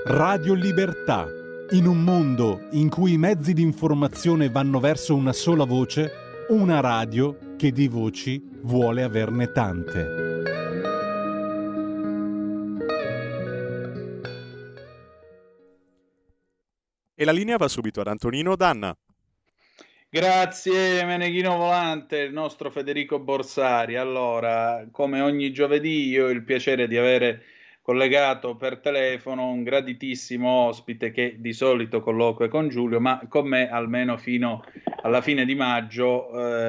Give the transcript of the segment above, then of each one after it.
Radio Libertà. In un mondo in cui i mezzi di informazione vanno verso una sola voce, una radio che di voci vuole averne tante. E la linea va subito ad Antonino Danna. Grazie Meneghino Volante, il nostro Federico Borsari. Allora, come ogni giovedì, io ho il piacere di avere collegato per telefono un graditissimo ospite che di solito colloquia con Giulio, ma con me almeno fino alla fine di maggio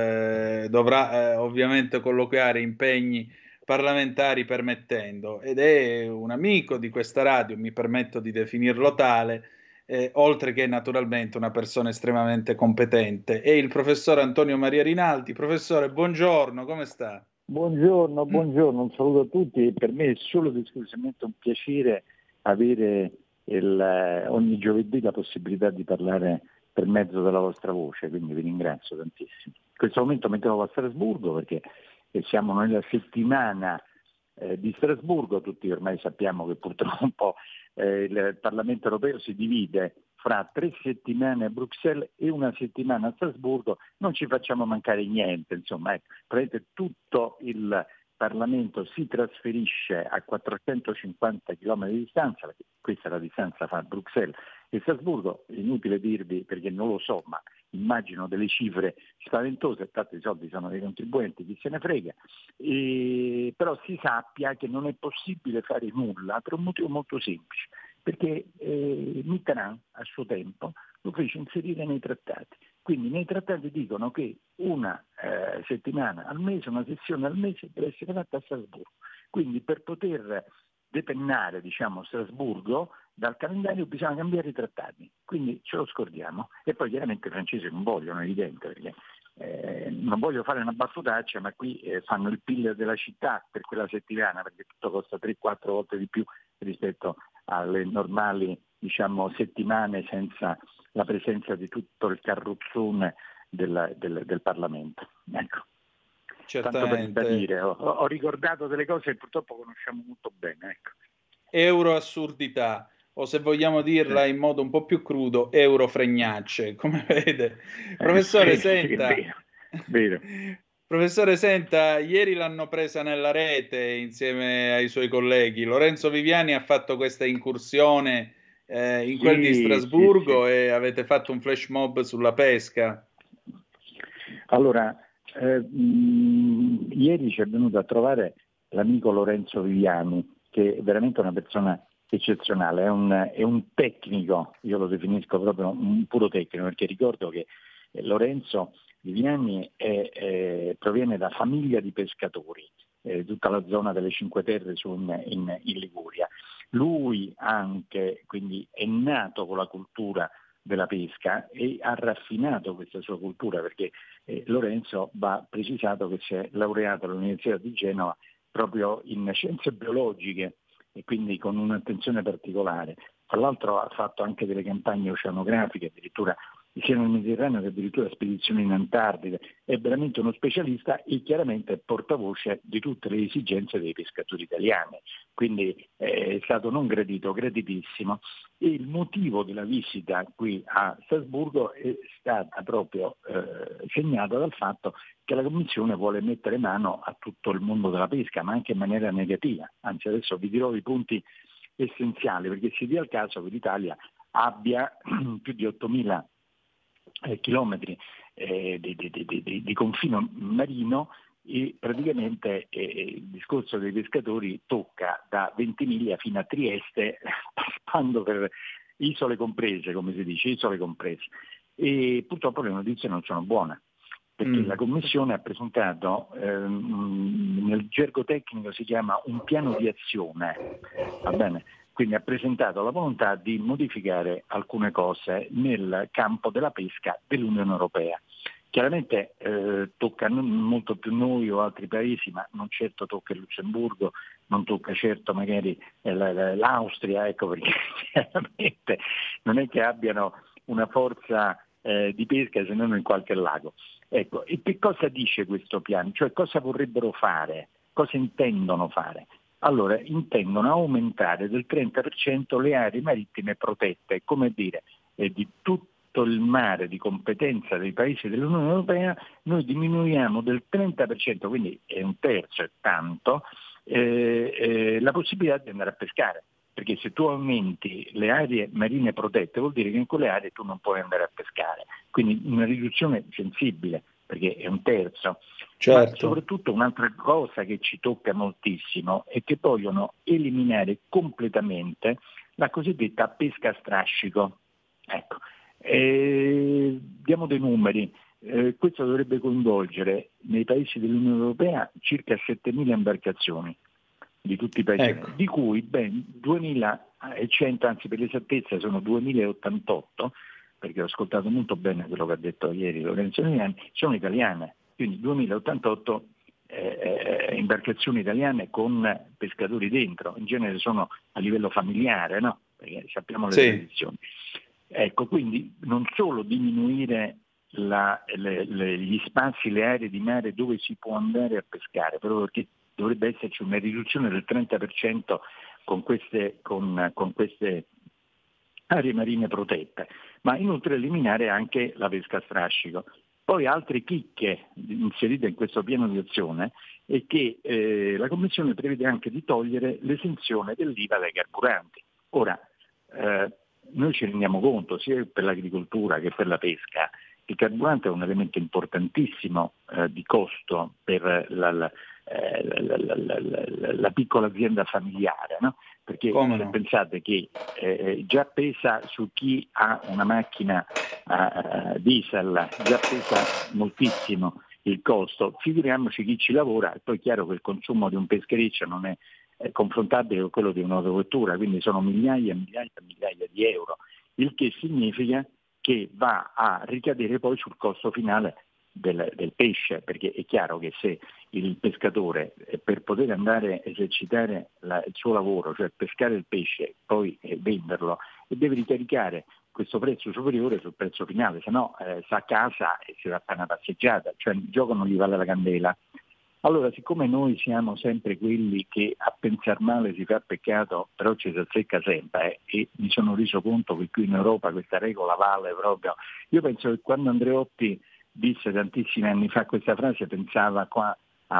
dovrà ovviamente colloquiare, impegni parlamentari permettendo, ed è un amico di questa radio, mi permetto di definirlo tale, oltre che naturalmente una persona estremamente competente. È il professor Antonio Maria Rinaldi. Professore, buongiorno, come sta? Buongiorno, un saluto a tutti. Per me è solo ed esclusivamente un piacere avere ogni giovedì la possibilità di parlare per mezzo della vostra voce, quindi vi ringrazio tantissimo. In questo momento mi trovo a Strasburgo perché siamo nella settimana di Strasburgo. Tutti ormai sappiamo che purtroppo il Parlamento europeo si divide fra 3 settimane a Bruxelles e 1 settimana a Strasburgo. Non ci facciamo mancare niente, insomma, praticamente tutto il Parlamento si trasferisce a 450 km di distanza, perché questa è la distanza fra Bruxelles e Strasburgo. È inutile dirvi, perché non lo so, ma immagino delle cifre spaventose, tanto i soldi sono dei contribuenti, chi se ne frega, però si sappia che non è possibile fare nulla per un motivo molto semplice, perché Mitterrand a suo tempo lo fece inserire nei trattati. Quindi nei trattati dicono che una settimana al mese, una sessione al mese deve essere fatta a Strasburgo. Quindi per poter depennare, Strasburgo dal calendario bisogna cambiare i trattati. Quindi ce lo scordiamo. E poi chiaramente i francesi non vogliono, è evidente, perché non voglio fare una battutaccia, ma qui fanno il PIL della città per quella settimana, perché tutto costa 3-4 volte di più rispetto alle normali settimane senza la presenza di tutto il carrozzone del Parlamento. Ecco. Certamente. Tanto per dire, ho ricordato delle cose che purtroppo conosciamo molto bene. Ecco. Euroassurdità, o se vogliamo dirla in modo un po' più crudo, eurofregnacce, come vede. Professore, senta. Vero. Professore, senta, ieri l'hanno presa nella rete insieme ai suoi colleghi. Lorenzo Viviani ha fatto questa incursione in quel di Strasburgo, sì. E avete fatto un flash mob sulla pesca. Allora, ieri ci è venuto a trovare l'amico Lorenzo Viviani, che è veramente una persona eccezionale, è un tecnico, io lo definisco proprio un puro tecnico, perché ricordo che Lorenzo Viviani proviene da famiglia di pescatori, tutta la zona delle Cinque Terre in Liguria. Lui anche, quindi, è nato con la cultura della pesca e ha raffinato questa sua cultura, perché Lorenzo va precisato che si è laureato all'Università di Genova proprio in scienze biologiche e quindi con un'attenzione particolare. Tra l'altro ha fatto anche delle campagne oceanografiche, addirittura sia nel Mediterraneo che addirittura spedizioni in Antartide. È veramente uno specialista e chiaramente è portavoce di tutte le esigenze dei pescatori italiani. Quindi è stato non gradito, graditissimo. E il motivo della visita qui a Strasburgo è stata proprio segnata dal fatto che la Commissione vuole mettere mano a tutto il mondo della pesca, ma anche in maniera negativa. Anzi, adesso vi dirò i punti essenziali, perché si dia il caso che l'Italia abbia più di 8.000 chilometri di confine marino, e praticamente il discorso dei pescatori tocca da Ventimiglia fino a Trieste, passando per isole comprese, come si dice, isole comprese. E purtroppo le notizie non sono buone, perché la Commissione ha presentato, nel gergo tecnico si chiama un piano di azione, va bene? Quindi ha presentato la volontà di modificare alcune cose nel campo della pesca dell'Unione Europea. Chiaramente tocca molto più noi o altri paesi, ma non certo tocca il Lussemburgo, non tocca certo magari l'Austria, ecco, perché chiaramente non è che abbiano una forza di pesca se non in qualche lago. Ecco, e che cosa dice questo piano? Cioè cosa vorrebbero fare? Cosa intendono fare? Allora, intendono aumentare del 30% le aree marittime protette, come dire, di tutto il mare di competenza dei paesi dell'Unione Europea, noi diminuiamo del 30%, quindi è un terzo, è tanto, la possibilità di andare a pescare. Perché se tu aumenti le aree marine protette vuol dire che in quelle aree tu non puoi andare a pescare. Quindi una riduzione sensibile, perché è un terzo. Certo. Ma soprattutto un'altra cosa che ci tocca moltissimo è che vogliono eliminare completamente la cosiddetta pesca a strascico. Ecco. Diamo dei numeri. Questo dovrebbe coinvolgere nei paesi dell'Unione Europea circa 7.000 imbarcazioni di tutti i paesi, ecco, di cui ben 2.100, anzi per l'esattezza sono 2.088, perché ho ascoltato molto bene quello che ha detto ieri Lorenzo Miani, sono italiane, quindi 2.088 imbarcazioni italiane con pescatori dentro, in genere sono a livello familiare, no? Perché sappiamo le tradizioni. Ecco, quindi non solo diminuire gli spazi, le aree di mare dove si può andare a pescare, proprio perché dovrebbe esserci una riduzione del 30% con queste aree marine protette, ma inoltre eliminare anche la pesca a strascico. Poi altre chicche inserite in questo piano di azione è che la Commissione prevede anche di togliere l'esenzione dell'IVA dai carburanti. Ora, noi ci rendiamo conto, sia per l'agricoltura che per la pesca, che il carburante è un elemento importantissimo di costo per la piccola azienda familiare, no? Perché se pensate che già pesa su chi ha una macchina diesel, già pesa moltissimo il costo, figuriamoci chi ci lavora, e poi è chiaro che il consumo di un peschereccio non è confrontabile con quello di un'autovettura, quindi sono migliaia e migliaia e migliaia di euro, il che significa che va a ricadere poi sul costo finale del pesce, perché è chiaro che se il pescatore per poter andare a esercitare il suo lavoro, cioè pescare il pesce, poi venderlo, e deve ricaricare questo prezzo superiore sul prezzo finale, se no sta a casa e si va a fare una passeggiata, cioè il gioco non gli vale la candela. Allora, siccome noi siamo sempre quelli che a pensar male si fa peccato, però ci si azzecca sempre, e mi sono reso conto che qui in Europa questa regola vale proprio. Io penso che quando Andreotti disse tantissimi anni fa questa frase, pensava qua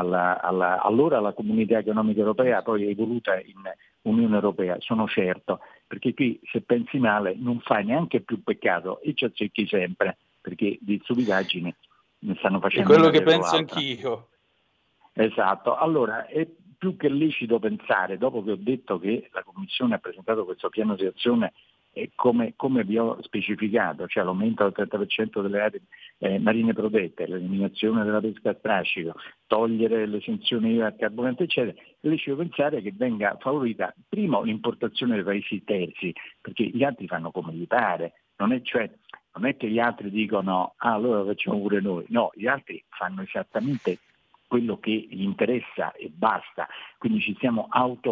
allora alla Comunità Economica Europea, poi evoluta in Unione Europea, sono certo, perché qui se pensi male non fai neanche più peccato e ci azzecchi sempre, perché di stupidaggini ne stanno facendo. È quello che penso anch'io. Esatto, allora è più che lecito pensare, dopo che ho detto che la Commissione ha presentato questo piano di azione e come vi ho specificato, cioè l'aumento del 30% delle aree marine protette, l'eliminazione della pesca a strascico, togliere l'esenzione IVA al carburante, eccetera, è lecito pensare che venga favorita primo l'importazione dei paesi terzi, perché gli altri fanno come gli pare, non è che gli altri dicono allora lo facciamo pure noi, no, gli altri fanno esattamente quello che gli interessa e basta, quindi ci stiamo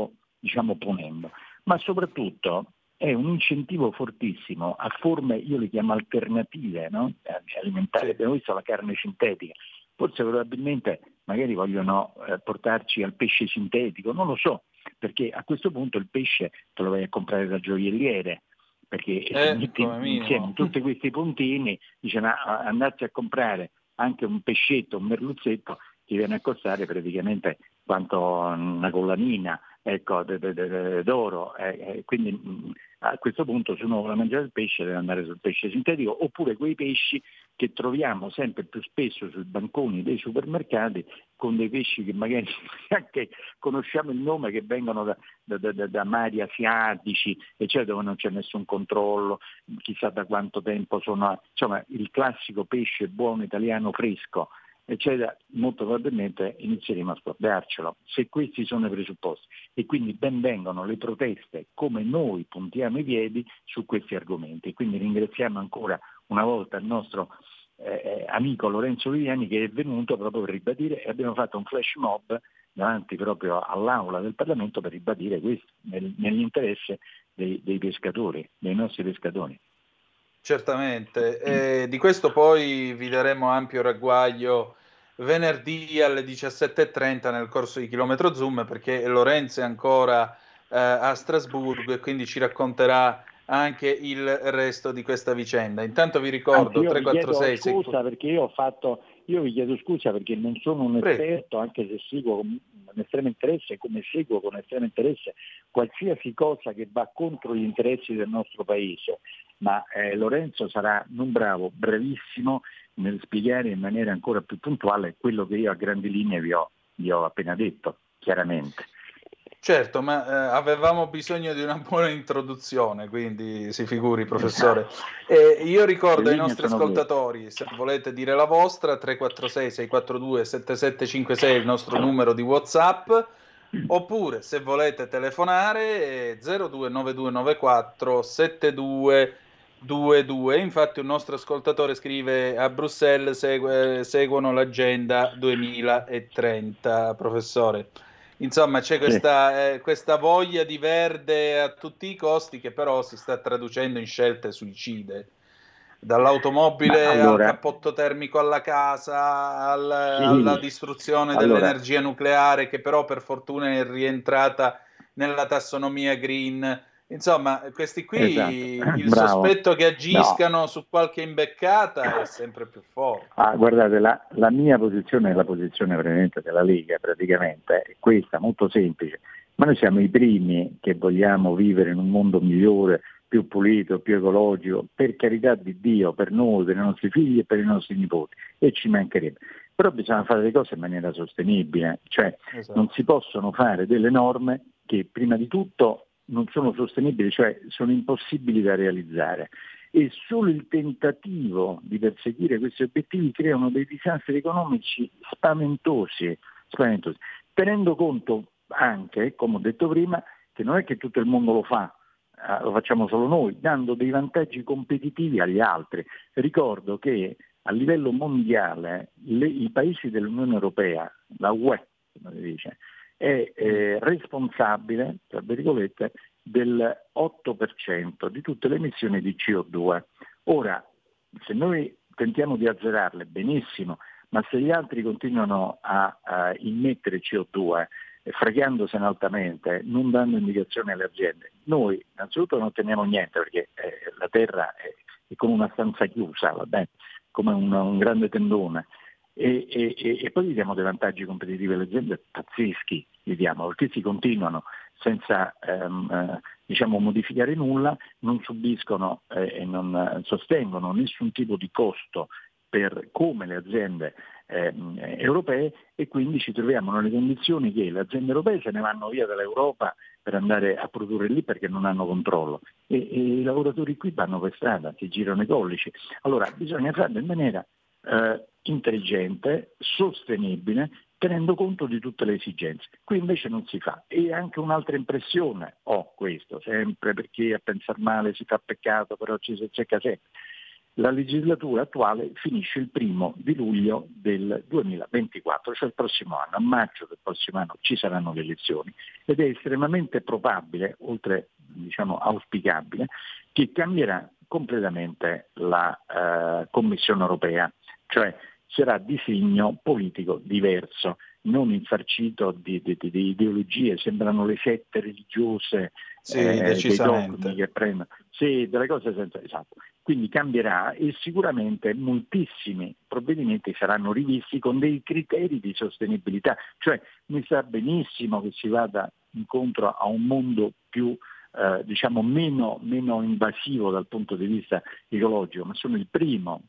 ponendo, ma soprattutto è un incentivo fortissimo a forme, io le chiamo alternative, no? Alimentari. Abbiamo visto la carne sintetica, forse probabilmente magari vogliono portarci al pesce sintetico, non lo so, perché a questo punto il pesce te lo vai a comprare da gioielliere, perché se metti insieme tutti questi puntini, dice andarsi a comprare anche un pescetto, un merluzzetto, ti viene a costare praticamente quanto una collanina, ecco, d'oro, quindi a questo punto se uno vuole mangiare il pesce deve andare sul pesce sintetico, oppure quei pesci che troviamo sempre più spesso sui banconi dei supermercati, con dei pesci che magari anche conosciamo il nome, che vengono da mari asiatici, eccetera, dove non c'è nessun controllo, chissà da quanto tempo sono, insomma il classico pesce buono italiano fresco, eccetera, molto probabilmente inizieremo a scordarcelo, se questi sono i presupposti, e quindi ben vengano le proteste come noi puntiamo i piedi su questi argomenti. Quindi ringraziamo ancora una volta il nostro amico Lorenzo Viviani, che è venuto proprio per ribadire, e abbiamo fatto un flash mob davanti proprio all'aula del Parlamento per ribadire questo nell'interesse dei pescatori, dei nostri pescatori. Certamente, di questo poi vi daremo ampio ragguaglio venerdì alle 17:30 nel corso di Chilometro Zoom, perché Lorenzo è ancora a Strasburgo e quindi ci racconterà anche il resto di questa vicenda. Intanto vi Anzi, ricordo io vi chiedo 346 scusa perché io vi chiedo scusa perché non sono un Prego. esperto, anche se seguo con estremo interesse, come seguo con estremo interesse qualsiasi cosa che va contro gli interessi del nostro paese, ma Lorenzo sarà non bravo, bravissimo nel spiegare in maniera ancora più puntuale quello che io a grandi linee vi ho appena detto, chiaramente. Certo, ma avevamo bisogno di una buona introduzione, quindi si figuri, professore. Io ricordo ai nostri ascoltatori, se volete dire la vostra, 346-642-7756 è il nostro numero di WhatsApp, oppure se volete telefonare 029294 7222. Infatti un nostro ascoltatore scrive: a Bruxelles seguono l'agenda 2030, professore. Insomma, c'è questa voglia di verde a tutti i costi che però si sta traducendo in scelte suicide. Dall'automobile al cappotto termico alla casa, alla distruzione dell'energia nucleare, che però per fortuna è rientrata nella tassonomia green. Insomma, questi qui, il sospetto che agiscano su qualche imbeccata è sempre più forte. Guardate, la mia posizione è la posizione veramente della Lega, praticamente, è questa, molto semplice. Ma noi siamo i primi che vogliamo vivere in un mondo migliore, più pulito, più ecologico, per carità di Dio, per noi, per i nostri figli e per i nostri nipoti, e ci mancherebbe. Però bisogna fare le cose in maniera sostenibile, cioè non si possono fare delle norme che prima di tutto non sono sostenibili, cioè sono impossibili da realizzare. E solo il tentativo di perseguire questi obiettivi creano dei disastri economici spaventosi, tenendo conto anche, come ho detto prima, che non è che tutto il mondo lo fa, lo facciamo solo noi, dando dei vantaggi competitivi agli altri. Ricordo che a livello mondiale i paesi dell'Unione Europea, la UE, come si dice, è responsabile, tra virgolette, del 8% di tutte le emissioni di CO2. Ora, se noi tentiamo di azzerarle, benissimo, ma se gli altri continuano a immettere CO2, fregiandosene altamente, non dando indicazioni alle aziende, noi innanzitutto non otteniamo niente, perché la terra è come una stanza chiusa, va bene? Come un grande tendone. E poi gli diamo dei vantaggi competitivi alle aziende pazzeschi, gli diamo, perché si continuano senza modificare nulla, non subiscono e non sostengono nessun tipo di costo per come le aziende europee, e quindi ci troviamo nelle condizioni che le aziende europee se ne vanno via dall'Europa per andare a produrre lì perché non hanno controllo, e i lavoratori qui vanno per strada, si girano i pollici. Allora bisogna farlo in maniera intelligente, sostenibile, tenendo conto di tutte le esigenze. Qui invece non si fa. E anche un'altra impressione questo, sempre perché a pensare male si fa peccato, però ci si cerca sempre. La legislatura attuale finisce il 1° del 2024, cioè il prossimo anno. A maggio del prossimo anno ci saranno le elezioni ed è estremamente probabile, oltre auspicabile, che cambierà completamente la Commissione europea, cioè sarà di segno politico diverso, non infarcito di ideologie, sembrano le sette religiose dei dogmi che prendono, delle cose senza esatto. Quindi cambierà e sicuramente moltissimi provvedimenti saranno rivisti con dei criteri di sostenibilità, cioè mi sa benissimo che si vada incontro a un mondo più meno invasivo dal punto di vista ecologico, ma sono il primo.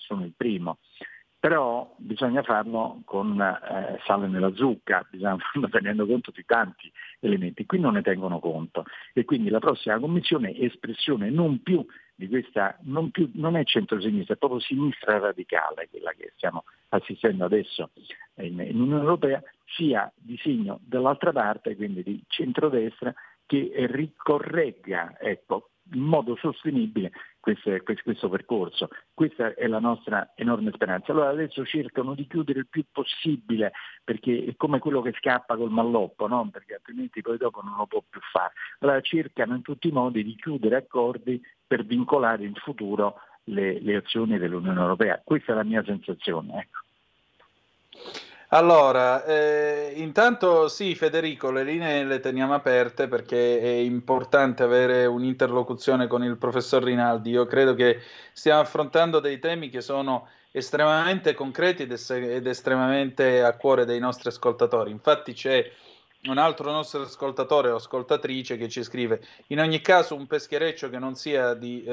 Però bisogna farlo con sale nella zucca, bisogna farlo tenendo conto di tanti elementi. Qui non ne tengono conto e quindi la prossima commissione è espressione non più di questa, non è centrosinistra, è proprio sinistra radicale, quella che stiamo assistendo adesso in Unione Europea, sia di segno dall'altra parte, quindi di centrodestra, che ricorregga in modo sostenibile questo percorso. Questa è la nostra enorme speranza. Allora adesso cercano di chiudere il più possibile, perché è come quello che scappa col malloppo, no? Perché altrimenti poi dopo non lo può più fare. Allora cercano in tutti i modi di chiudere accordi per vincolare in futuro le azioni dell'Unione Europea. Questa è la mia sensazione. Ecco. Allora, intanto sì, Federico, le linee le teniamo aperte perché è importante avere un'interlocuzione con il professor Rinaldi. Io credo che stiamo affrontando dei temi che sono estremamente concreti ed estremamente a cuore dei nostri ascoltatori. Infatti c'è un altro nostro ascoltatore o ascoltatrice che ci scrive: in ogni caso un peschereccio che non sia,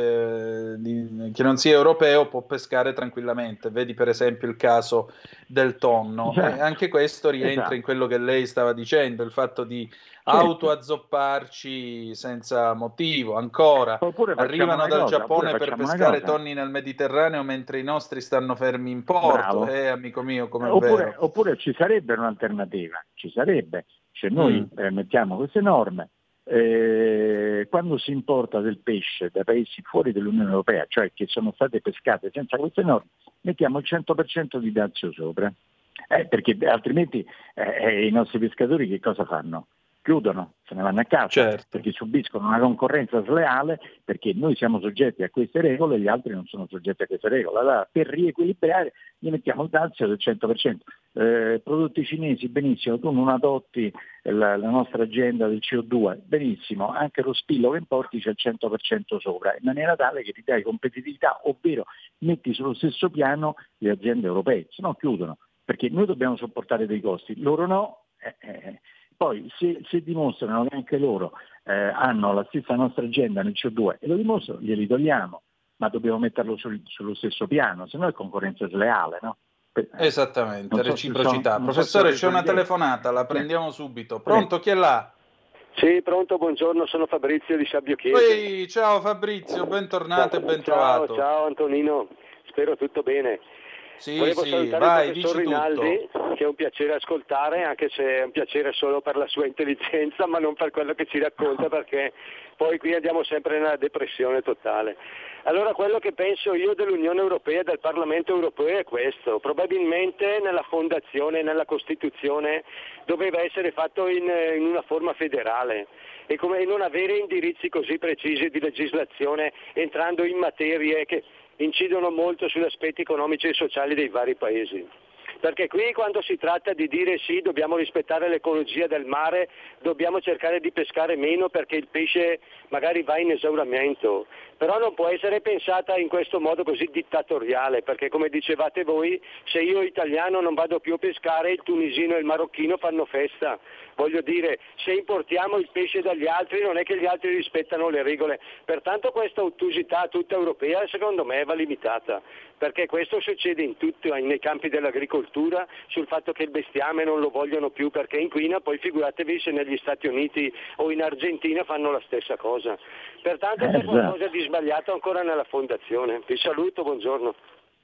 che non sia europeo può pescare tranquillamente. Vedi per esempio il caso del tonno, e Esatto, anche questo rientra in esatto, quello che lei stava dicendo, il fatto di certo. autoazzopparci senza motivo. Ancora arrivano dal Oppure Giappone per facciamo una pescare cosa, tonni nel Mediterraneo mentre i nostri stanno fermi in porto. bravo. Amico mio, com'è Oppure, vero. oppure ci sarebbe un'alternativa, ci sarebbe, se Mm, noi mettiamo queste norme, quando si importa del pesce da paesi fuori dall'Unione Europea, cioè che sono state pescate senza queste norme, mettiamo il 100% di dazio sopra. Perché altrimenti i nostri pescatori che cosa fanno? Chiudono, se ne vanno a casa, certo. perché subiscono una concorrenza sleale, perché noi siamo soggetti a queste regole e gli altri non sono soggetti a queste regole. Allora, per riequilibrare gli mettiamo il dazio del 100%. Prodotti cinesi, benissimo, tu non adotti la nostra agenda del CO2, benissimo, anche lo spillo che importi c'è il 100% sopra, in maniera tale che ti dai competitività, ovvero metti sullo stesso piano le aziende europee, se no chiudono, perché noi dobbiamo sopportare dei costi, loro no. Poi se dimostrano che anche loro hanno la stessa nostra agenda nel CO2 e lo dimostrano, glieli togliamo, ma dobbiamo metterlo sullo stesso piano, se no è concorrenza sleale, no? Esattamente, reciprocità. Non so se ho Professore, c'è reso una l'idea. telefonata, la Sì, prendiamo subito. prego. Pronto, chi è là? Sì, pronto, buongiorno, sono Fabrizio di Sabbio Chiese. Ehi, ciao Fabrizio, bentornato e Ciao, bentrovato. ciao Antonino, spero tutto bene. Sì, Volevo sì, salutare il vai, professor dici tutto. Rinaldi, che è un piacere ascoltare, anche se è un piacere solo per la sua intelligenza, ma non per quello che ci racconta, perché poi qui andiamo sempre nella depressione totale. Allora, quello che penso io dell'Unione Europea e del Parlamento Europeo è questo: probabilmente nella fondazione, nella Costituzione, doveva essere fatto in una forma federale e come non avere indirizzi così precisi di legislazione entrando in materie che incidono molto sugli aspetti economici e sociali dei vari paesi. Perché qui quando si tratta di dire sì, dobbiamo rispettare l'ecologia del mare, dobbiamo cercare di pescare meno perché il pesce magari va in esaurimento, però non può essere pensata in questo modo così dittatoriale, perché come dicevate voi, se io italiano non vado più a pescare, il tunisino e il marocchino fanno festa. Voglio dire, se importiamo il pesce dagli altri non è che gli altri rispettano le regole, pertanto questa ottusità tutta europea secondo me va limitata, perché questo succede in tutti, nei campi dell'agricoltura, sul fatto che il bestiame non lo vogliono più perché inquina, poi figuratevi se negli Stati Uniti o in Argentina fanno la stessa cosa. Pertanto c'è qualcosa Esatto. di sbagliato ancora nella fondazione. Vi saluto, buongiorno.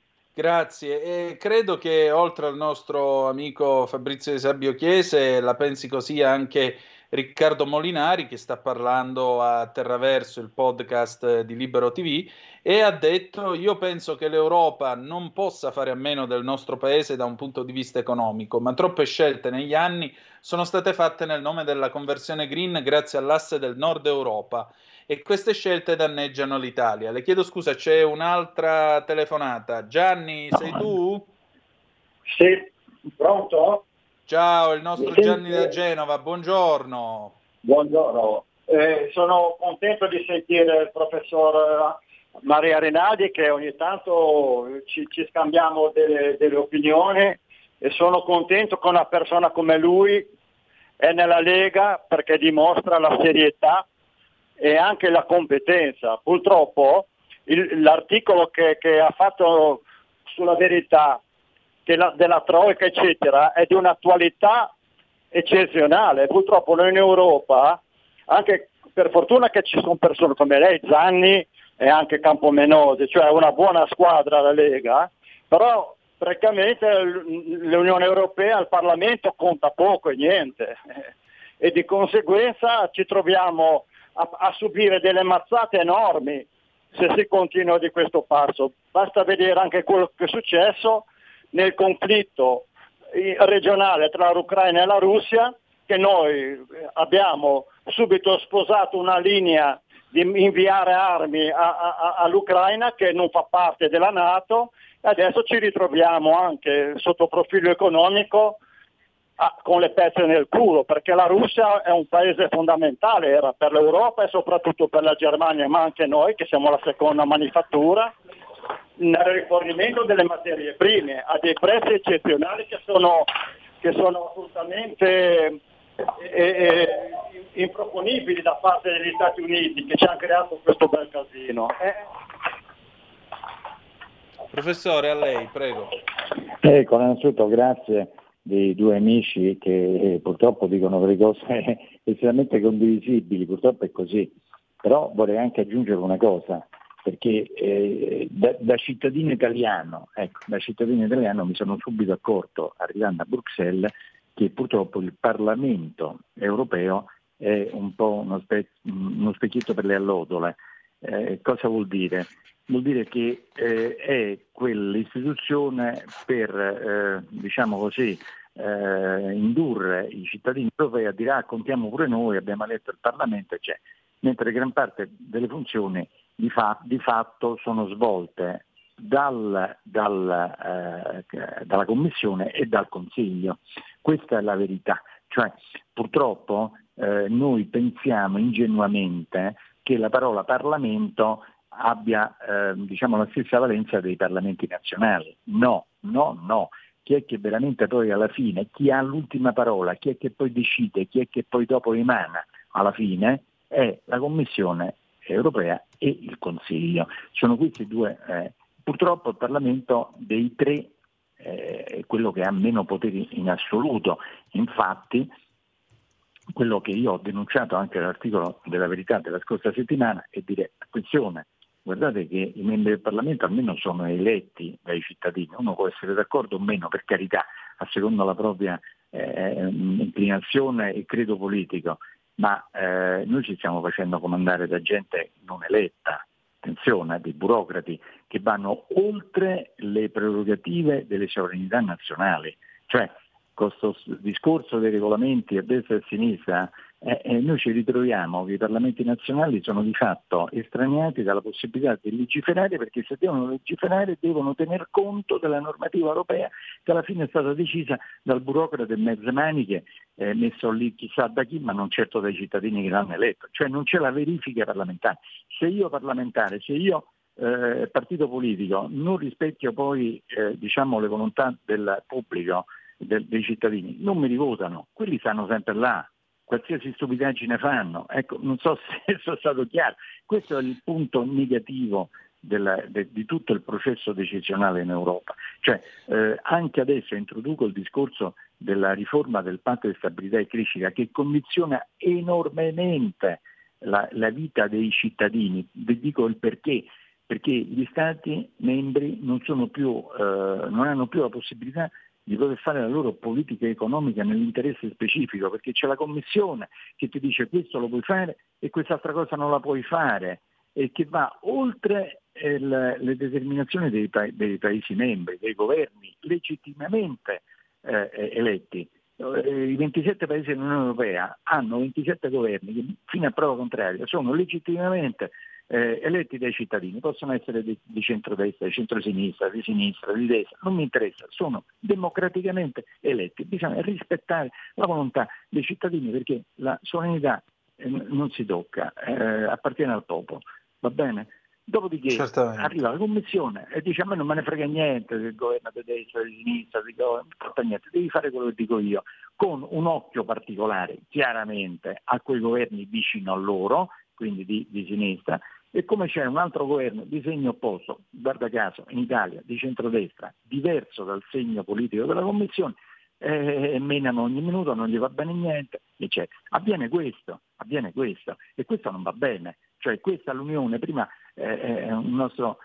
Grazie. E credo che oltre al nostro amico Fabrizio Di Sabbio Chiese, la pensi così anche Riccardo Molinari, che sta parlando attraverso il podcast di Libero TV, e ha detto: io penso che l'Europa non possa fare a meno del nostro paese da un punto di vista economico, ma troppe scelte negli anni sono state fatte nel nome della conversione green grazie all'asse del Nord Europa e queste scelte danneggiano l'Italia. Le chiedo scusa, c'è un'altra telefonata. Gianni, sei No, tu? Sì, pronto? Ciao, il Mi nostro Gianni da sente? Genova, buongiorno. Buongiorno. Sono contento di sentire il professor Maria Rinaldi, che ogni tanto ci scambiamo delle opinioni, e sono contento che una persona come lui è nella Lega perché dimostra la serietà e anche la competenza. Purtroppo l'articolo che ha fatto sulla verità della Troika, eccetera, è di un'attualità eccezionale. Purtroppo noi in Europa, anche per fortuna che ci sono persone come lei, Zanni e anche Campomenose, cioè una buona squadra la Lega, però praticamente l'Unione Europea, il Parlamento conta poco e niente, e di conseguenza ci troviamo a subire delle mazzate enormi se si continua di questo passo. Basta vedere anche quello che è successo nel conflitto regionale tra l'Ucraina e la Russia, che noi abbiamo subito sposato una linea di inviare armi all'Ucraina che non fa parte della NATO, e adesso ci ritroviamo anche sotto profilo economico con le pezze nel culo, perché la Russia è un paese fondamentale, era per l'Europa e soprattutto per la Germania, ma anche noi che siamo la seconda manifattura, nel rifornimento delle materie prime a dei prezzi eccezionali che sono assolutamente improponibili da parte degli Stati Uniti, che ci hanno creato questo bel casino. Professore, a lei, prego. Ecco, innanzitutto grazie dei due amici che purtroppo dicono delle cose estremamente condivisibili, purtroppo è così, però vorrei anche aggiungere una cosa, perché da cittadino italiano mi sono subito accorto, arrivando a Bruxelles, che purtroppo il Parlamento europeo è un po' uno specchietto per le allodole. Cosa vuol dire? Vuol dire che è quell'istituzione per, diciamo così, indurre i cittadini europei a dire contiamo pure noi, abbiamo eletto il Parlamento, eccetera. Mentre gran parte delle funzioni di fatto sono svolte dalla Commissione e dal Consiglio. Questa è la verità. Cioè, purtroppo noi pensiamo ingenuamente che la parola Parlamento abbia la stessa valenza dei parlamenti nazionali. No. Chi è che veramente poi alla fine, chi ha l'ultima parola, chi è che poi decide, chi è che poi dopo emana alla fine, è la Commissione europea e il Consiglio. Sono questi due. Purtroppo il Parlamento dei tre è quello che ha meno poteri in assoluto. Infatti, quello che io ho denunciato anche nell'articolo della Verità della scorsa settimana è dire, attenzione, guardate che i membri del Parlamento almeno sono eletti dai cittadini, uno può essere d'accordo o meno, per carità, a seconda la propria inclinazione e credo politico, ma noi ci stiamo facendo comandare da gente non eletta, attenzione, dei burocrati che vanno oltre le prerogative delle sovranità nazionali. Cioè, con questo discorso dei regolamenti a destra e a sinistra, noi ci ritroviamo che i parlamenti nazionali sono di fatto estraniati dalla possibilità di legiferare, perché se devono legiferare devono tener conto della normativa europea che alla fine è stata decisa dal burocrate mezzemaniche messo lì chissà da chi, ma non certo dai cittadini che l'hanno eletto. Cioè non c'è la verifica parlamentare. Se io parlamentare, se io partito politico non rispecchio poi le volontà del pubblico, dei cittadini, non mi rivotano, quelli stanno sempre là, qualsiasi stupidaggine fanno. Ecco, non so se sono stato chiaro. Questo è il punto negativo di tutto il processo decisionale in Europa. Cioè, anche adesso introduco il discorso della riforma del patto di stabilità e crescita che condiziona enormemente la vita dei cittadini. Vi dico il perché gli Stati membri non hanno più la possibilità di poter fare la loro politica economica nell'interesse specifico, perché c'è la Commissione che ti dice questo lo puoi fare e quest'altra cosa non la puoi fare, e che va oltre le determinazioni dei Paesi membri, dei governi legittimamente eletti. I 27 Paesi dell'Unione Europea hanno 27 governi che fino a prova contraria sono legittimamente eletti dai cittadini, possono essere di centrodestra, di centrosinistra, di destra, non mi interessa, sono democraticamente eletti. Bisogna rispettare la volontà dei cittadini, perché la sovranità non si tocca, appartiene al popolo, va bene? Dopodiché arriva la Commissione e dice a me non me ne frega niente del governo di destra, di sinistra, non importa niente, devi fare quello che dico io, con un occhio particolare chiaramente a quei governi vicino a loro, quindi di sinistra. E come c'è un altro governo di segno opposto, guarda caso in Italia di centrodestra, diverso dal segno politico della Commissione, menano ogni minuto, non gli va bene niente, eccetera. Avviene questo, e questo non va bene. Cioè questa l'Unione, prima un nostro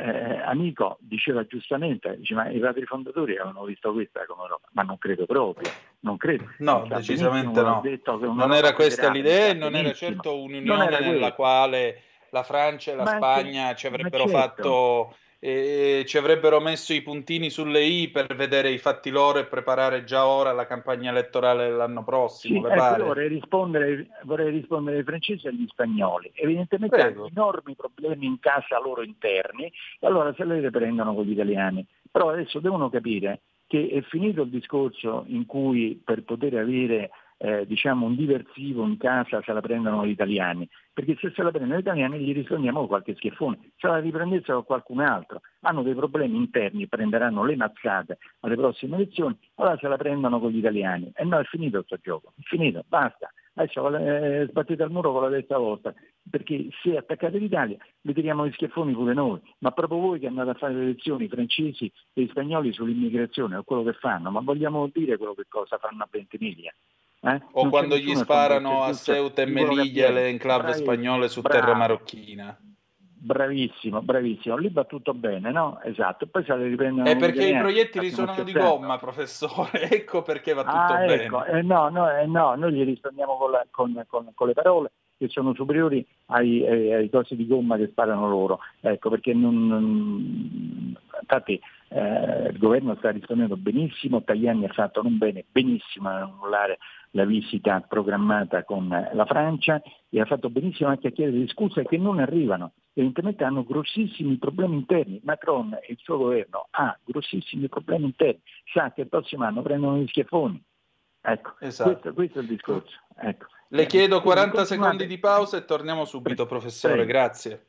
amico diceva giustamente, ma i padri fondatori avevano visto questa come Europa, ma non credo proprio, non credo. No, decisamente no. Non era questa l'idea e non era certo un'unione nella quale la Francia e la Spagna ci avrebbero fatto, ci avrebbero messo i puntini sulle i per vedere i fatti loro e preparare già ora la campagna elettorale dell'anno prossimo. Sì, vorrei rispondere ai francesi e agli spagnoli. Evidentemente hanno enormi problemi in casa loro interni, e allora se le prendono con gli italiani. Però adesso devono capire che è finito il discorso in cui per poter avere un diversivo in casa se la prendono gli italiani, perché se se la prendono gli italiani gli rispondiamo con qualche schiaffone, se la riprendessero con qualcun altro, hanno dei problemi interni, prenderanno le mazzate alle prossime elezioni, allora se la prendono con gli italiani. E no, è finito questo gioco, è finito, basta. Adesso sbattete al muro con la testa vostra, perché se attaccate l'Italia vi tiriamo gli schiaffoni pure noi, ma proprio voi che andate a fare le elezioni, i francesi e gli spagnoli sull'immigrazione o quello che fanno, ma vogliamo dire quello che cosa fanno a Ventimiglia? O quando gli sparano a Ceuta e Melilla le enclave spagnole su terra marocchina. Bravissimo, lì va tutto bene, no? Esatto, poi se le riprendono. È perché i proiettili sono di gomma, professore, ecco perché va tutto bene. Ecco. No, noi gli rispondiamo con le parole che sono superiori ai cosi di gomma che sparano loro, ecco, perché infatti il governo sta rispondendo benissimo, Tajani ha fatto non bene, benissimo a annullare la visita programmata con la Francia e ha fatto benissimo anche a chiedere scuse che non arrivano. Evidentemente hanno grossissimi problemi interni. Macron e il suo governo ha grossissimi problemi interni, sa che il prossimo anno prendono gli schiaffoni. Ecco, esatto. questo è il discorso. Ecco. Le chiedo 40 secondi di pausa e torniamo subito, professore. Grazie.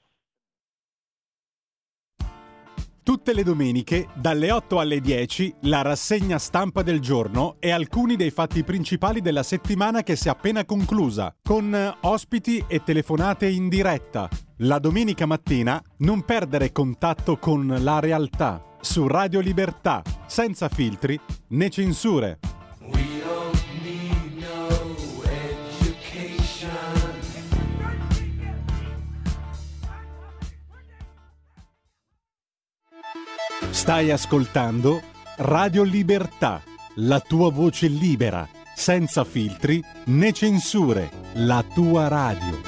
Tutte le domeniche, dalle 8 alle 10, la rassegna stampa del giorno e alcuni dei fatti principali della settimana che si è appena conclusa, con ospiti e telefonate in diretta. La domenica mattina non perdere contatto con la realtà, su Radio Libertà, senza filtri né censure. Stai ascoltando Radio Libertà, la tua voce libera, senza filtri né censure, la tua radio.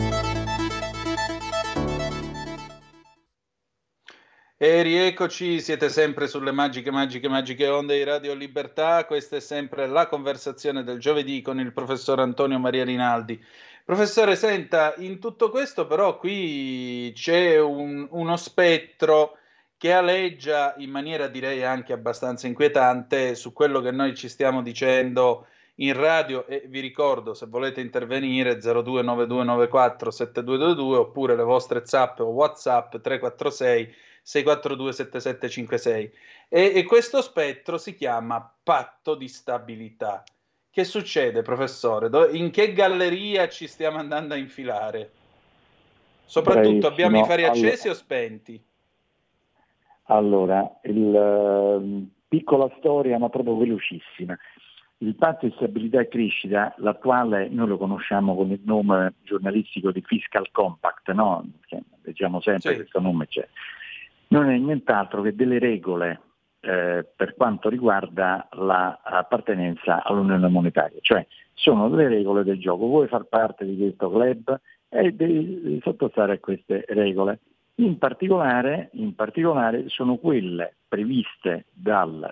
E rieccoci, siete sempre sulle magiche onde di Radio Libertà. Questa è sempre la conversazione del giovedì con il professor Antonio Maria Rinaldi. Professore, senta, in tutto questo però qui c'è uno spettro che aleggia in maniera direi anche abbastanza inquietante su quello che noi ci stiamo dicendo in radio, e vi ricordo, se volete intervenire, 0292947222 oppure le vostre zap o WhatsApp 346 642 7756 e questo spettro si chiama patto di stabilità. Che succede, professore? In che galleria ci stiamo andando a infilare? Soprattutto abbiamo i fari accesi o spenti? Allora, piccola storia ma proprio velocissima. Il patto di stabilità e crescita, l'attuale noi lo conosciamo con il nome giornalistico di Fiscal Compact, no? Leggiamo sempre questo nome, non è nient'altro che delle regole per quanto riguarda l'appartenenza all'Unione Monetaria, cioè sono delle regole del gioco. Vuoi far parte di questo club e devi sottostare a queste regole. In particolare sono quelle previste dai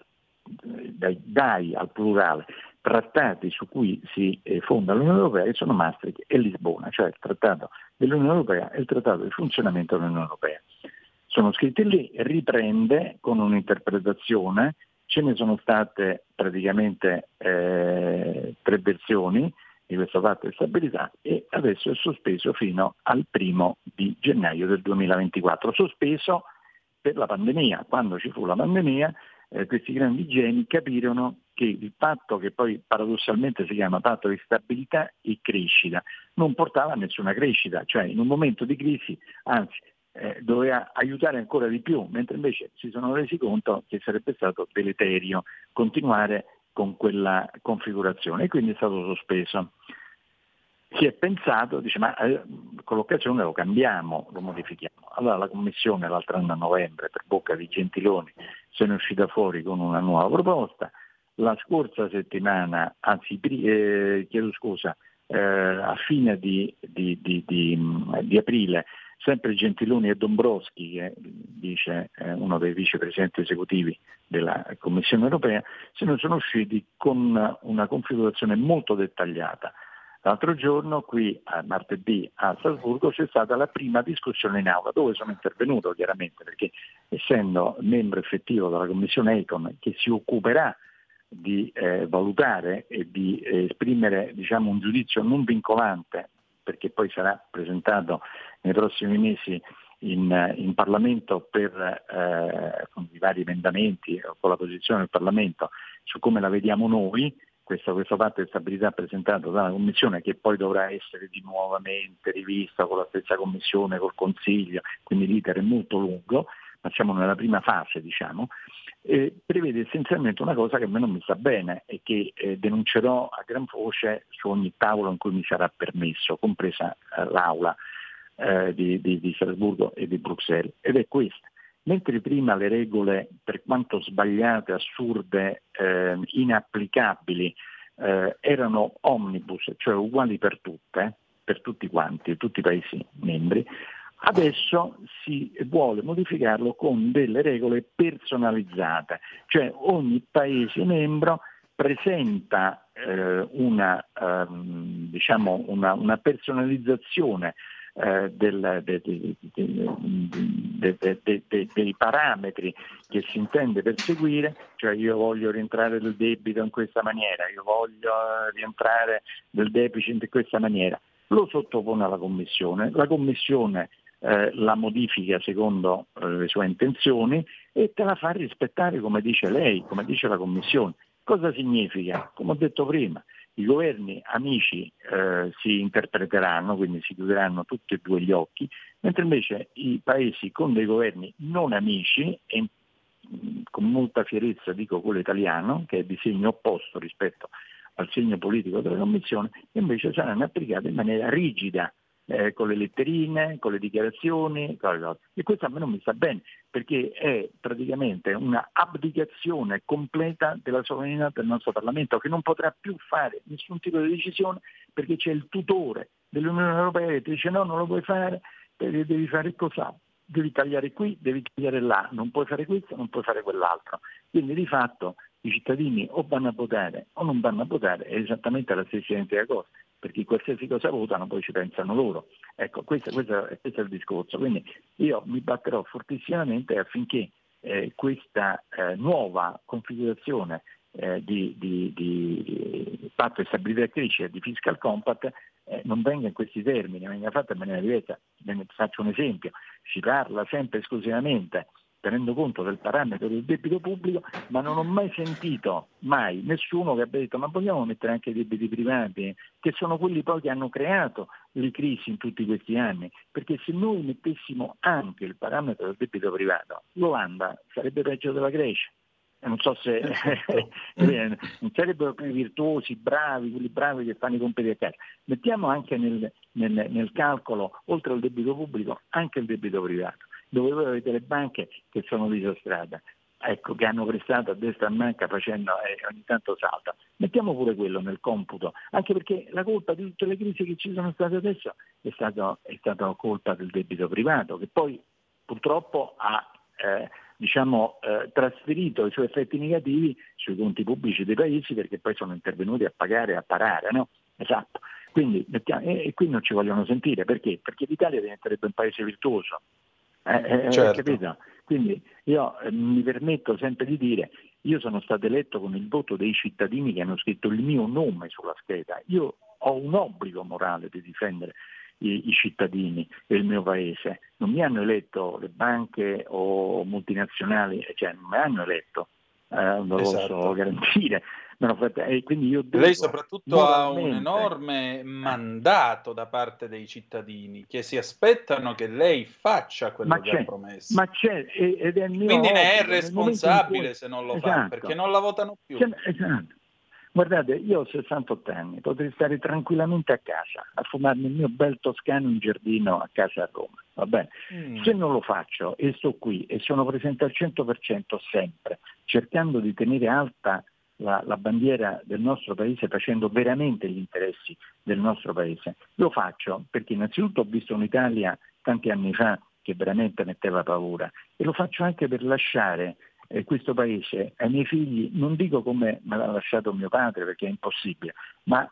al plurale trattati su cui si fonda l'Unione Europea, che sono Maastricht e Lisbona, cioè il Trattato dell'Unione Europea e il Trattato di funzionamento dell'Unione Europea. Sono scritti lì, riprende con un'interpretazione, ce ne sono state praticamente 3 versioni di questo patto di stabilità e adesso è sospeso fino al 1 di gennaio del 2024, sospeso per la pandemia. Quando ci fu la pandemia questi grandi geni capirono che il patto, che poi paradossalmente si chiama patto di stabilità e crescita, non portava a nessuna crescita, cioè in un momento di crisi, anzi doveva aiutare ancora di più, mentre invece si sono resi conto che sarebbe stato deleterio continuare con quella configurazione e quindi è stato sospeso. Si è pensato, ma con l'occasione lo cambiamo, lo modifichiamo. Allora la Commissione l'altro anno a novembre, per bocca di Gentiloni, se ne è uscita fuori con una nuova proposta. La scorsa settimana, a fine di aprile, sempre Gentiloni e Dombrovskis, che dice uno dei vicepresidenti esecutivi della Commissione europea, se ne sono usciti con una configurazione molto dettagliata. L'altro giorno qui martedì a Strasburgo c'è stata la prima discussione in aula, dove sono intervenuto chiaramente perché essendo membro effettivo della Commissione Econ che si occuperà di valutare e di esprimere un giudizio non vincolante, perché poi sarà presentato nei prossimi mesi in Parlamento con i vari emendamenti o con la posizione del Parlamento su come la vediamo noi, questo patto di stabilità presentato dalla Commissione, che poi dovrà essere di nuovamente rivista con la stessa Commissione, col Consiglio, quindi l'iter è molto lungo, ma siamo nella prima fase, prevede essenzialmente una cosa che a me non mi sta bene e che denuncerò a gran voce su ogni tavolo in cui mi sarà permesso, compresa l'aula di Strasburgo e di Bruxelles, ed è questa. Mentre prima le regole, per quanto sbagliate, assurde, inapplicabili, erano omnibus, cioè uguali per tutti quanti, tutti i Paesi membri, adesso si vuole modificarlo con delle regole personalizzate, cioè ogni Paese membro presenta una personalizzazione dei parametri che si intende perseguire, cioè io voglio rientrare del debito in questa maniera, io voglio rientrare del deficit in questa maniera, lo sottopone alla Commissione, la Commissione la modifica secondo le sue intenzioni e te la fa rispettare come dice lei, come dice la Commissione. Cosa significa? Come ho detto prima, i governi amici si interpreteranno, quindi si chiuderanno tutti e due gli occhi, mentre invece i paesi con dei governi non amici, e con molta fierezza dico quello italiano, che è di segno opposto rispetto al segno politico della Commissione, invece saranno applicate in maniera rigida, con le letterine, con le dichiarazioni, e questo a me non mi sta bene, perché è praticamente una abdicazione completa della sovranità del nostro Parlamento, che non potrà più fare nessun tipo di decisione perché c'è il tutore dell'Unione Europea che ti dice no, non lo puoi fare, perché devi fare cos'ha. Devi tagliare qui, devi tagliare là, non puoi fare questo, non puoi fare quell'altro. Quindi di fatto i cittadini o vanno a votare o non vanno a votare, è esattamente la stessa identica cosa, perché qualsiasi cosa votano poi ci pensano loro. Ecco, questo è il discorso. Quindi io mi batterò fortissimamente affinché questa nuova configurazione di patto di stabilità e crescita, di fiscal compact, non venga in questi termini, venga fatta in maniera diversa. Faccio un esempio: si parla sempre esclusivamente tenendo conto del parametro del debito pubblico, ma non ho mai sentito nessuno che abbia detto ma vogliamo mettere anche i debiti privati, che sono quelli poi che hanno creato le crisi in tutti questi anni, perché se noi mettessimo anche il parametro del debito privato, l'Olanda sarebbe peggio della Grecia. Non so se non sarebbero più virtuosi, quelli bravi che fanno i compiti a casa. Mettiamo anche nel calcolo, oltre al debito pubblico, anche il debito privato, dove voi avete le banche che sono disastrate, ecco, che hanno prestato a destra e a manca facendo ogni tanto salta. Mettiamo pure quello nel computo, anche perché la colpa di tutte le crisi che ci sono state adesso è stata colpa del debito privato, che poi purtroppo ha trasferito i suoi effetti negativi sui conti pubblici dei paesi, perché poi sono intervenuti a pagare e a parare, no? Esatto. Quindi e qui non ci vogliono sentire, perché? Perché l'Italia diventerebbe un paese virtuoso. Certo. Capito? Quindi io mi permetto sempre di dire, io sono stato eletto con il voto dei cittadini che hanno scritto il mio nome sulla scheda, io ho un obbligo morale di difendere i cittadini e il mio paese. Non mi hanno eletto le banche o multinazionali, cioè non mi hanno eletto, non lo posso garantire. E quindi io lei soprattutto ha un enorme mandato da parte dei cittadini che si aspettano che lei faccia quello che ha promesso. Ma c'è, ed è il mio Quindi obbligo, ne è responsabile se non lo fa, perché non la votano più. Esatto. Guardate, io ho 68 anni, potrei stare tranquillamente a casa a fumarmi il mio bel toscano in giardino a casa a Roma, va bene? Se non lo faccio e sto qui e sono presente al 100% sempre, cercando di tenere alta la bandiera del nostro paese, facendo veramente gli interessi del nostro paese, lo faccio perché innanzitutto ho visto un'Italia tanti anni fa che veramente metteva paura, e lo faccio anche per lasciare questo paese ai miei figli, non dico come me l'ha lasciato mio padre perché è impossibile, ma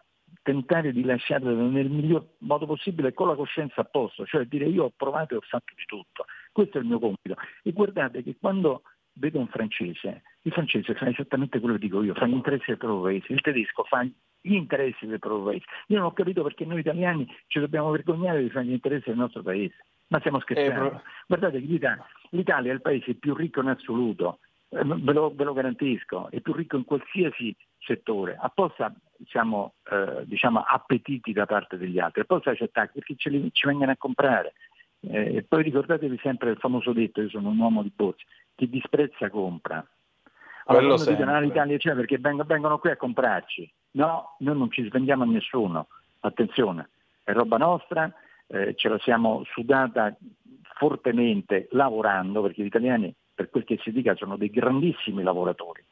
tentare di lasciarle nel miglior modo possibile con la coscienza a posto, cioè dire io ho provato e ho fatto di tutto. Questo è il mio compito. E guardate che quando vedo un francese, il francese fa esattamente quello che dico io, fa gli interessi del proprio paese, il tedesco fa gli interessi del proprio paese. Io non ho capito perché noi italiani ci dobbiamo vergognare di fare gli interessi del nostro paese. Ma stiamo scherzando? Guardate che l'Italia è il paese più ricco in assoluto, ve lo garantisco, è più ricco in qualsiasi settore. Apposta siamo appetiti da parte degli altri, apposta ci attacchi perché ci vengono a comprare. E poi ricordatevi sempre il famoso detto, io sono un uomo di borsa, chi disprezza compra. Allora quando dicono l'Italia c'è perché vengono qui a comprarci. No, noi non ci svendiamo a nessuno, attenzione, è roba nostra, ce la siamo sudata fortemente lavorando, perché gli italiani, per quel che si dica, sono dei grandissimi lavoratori,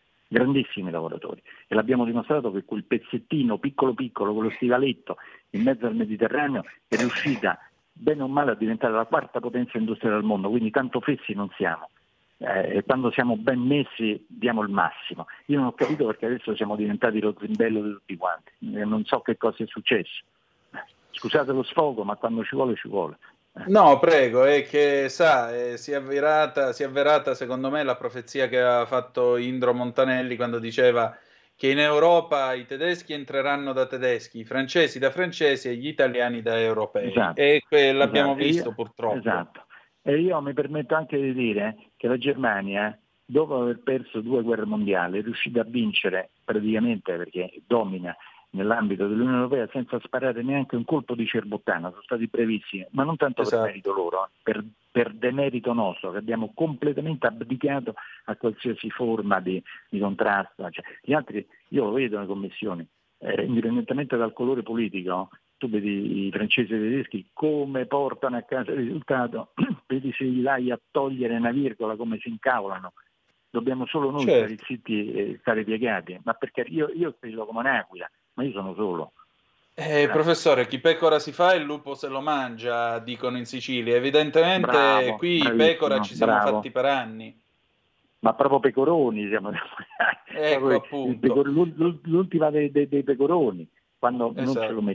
e l'abbiamo dimostrato che quel pezzettino piccolo piccolo, quello stivaletto in mezzo al Mediterraneo è riuscita bene o male a diventare la quarta potenza industriale al mondo, quindi tanto fessi non siamo. E quando siamo ben messi diamo il massimo. Io non ho capito perché adesso siamo diventati lo zimbello di tutti quanti, non so che cosa è successo. Scusate lo sfogo, ma quando ci vuole ci vuole. No, prego, è che si è avverata secondo me la profezia che aveva fatto Indro Montanelli quando diceva che in Europa i tedeschi entreranno da tedeschi, i francesi da francesi e gli italiani da europei. Esatto, e l'abbiamo visto purtroppo. Esatto. E io mi permetto anche di dire che la Germania, dopo aver perso 2 guerre mondiali, è riuscita a vincere praticamente, perché domina nell'ambito dell'Unione Europea senza sparare neanche un colpo di cerbottana, sono stati brevissimi, ma non tanto per merito loro, per demerito nostro, che abbiamo completamente abdicato a qualsiasi forma di contrasto. Cioè, gli altri, io lo vedo nelle commissioni, indipendentemente dal colore politico, tu vedi i francesi e i tedeschi come portano a casa il risultato, vedi se gli dai a togliere una virgola come si incavolano. Dobbiamo solo noi stare zitti e stare piegati, ma perché io strillo come un'aquila, ma io sono solo. Professore, chi pecora si fa il lupo se lo mangia, dicono in Sicilia. Evidentemente bravo, qui pecora ci siamo fatti per anni. Ma proprio pecoroni siamo. Ecco, appunto. L'ultima dei pecoroni, quando non ce lo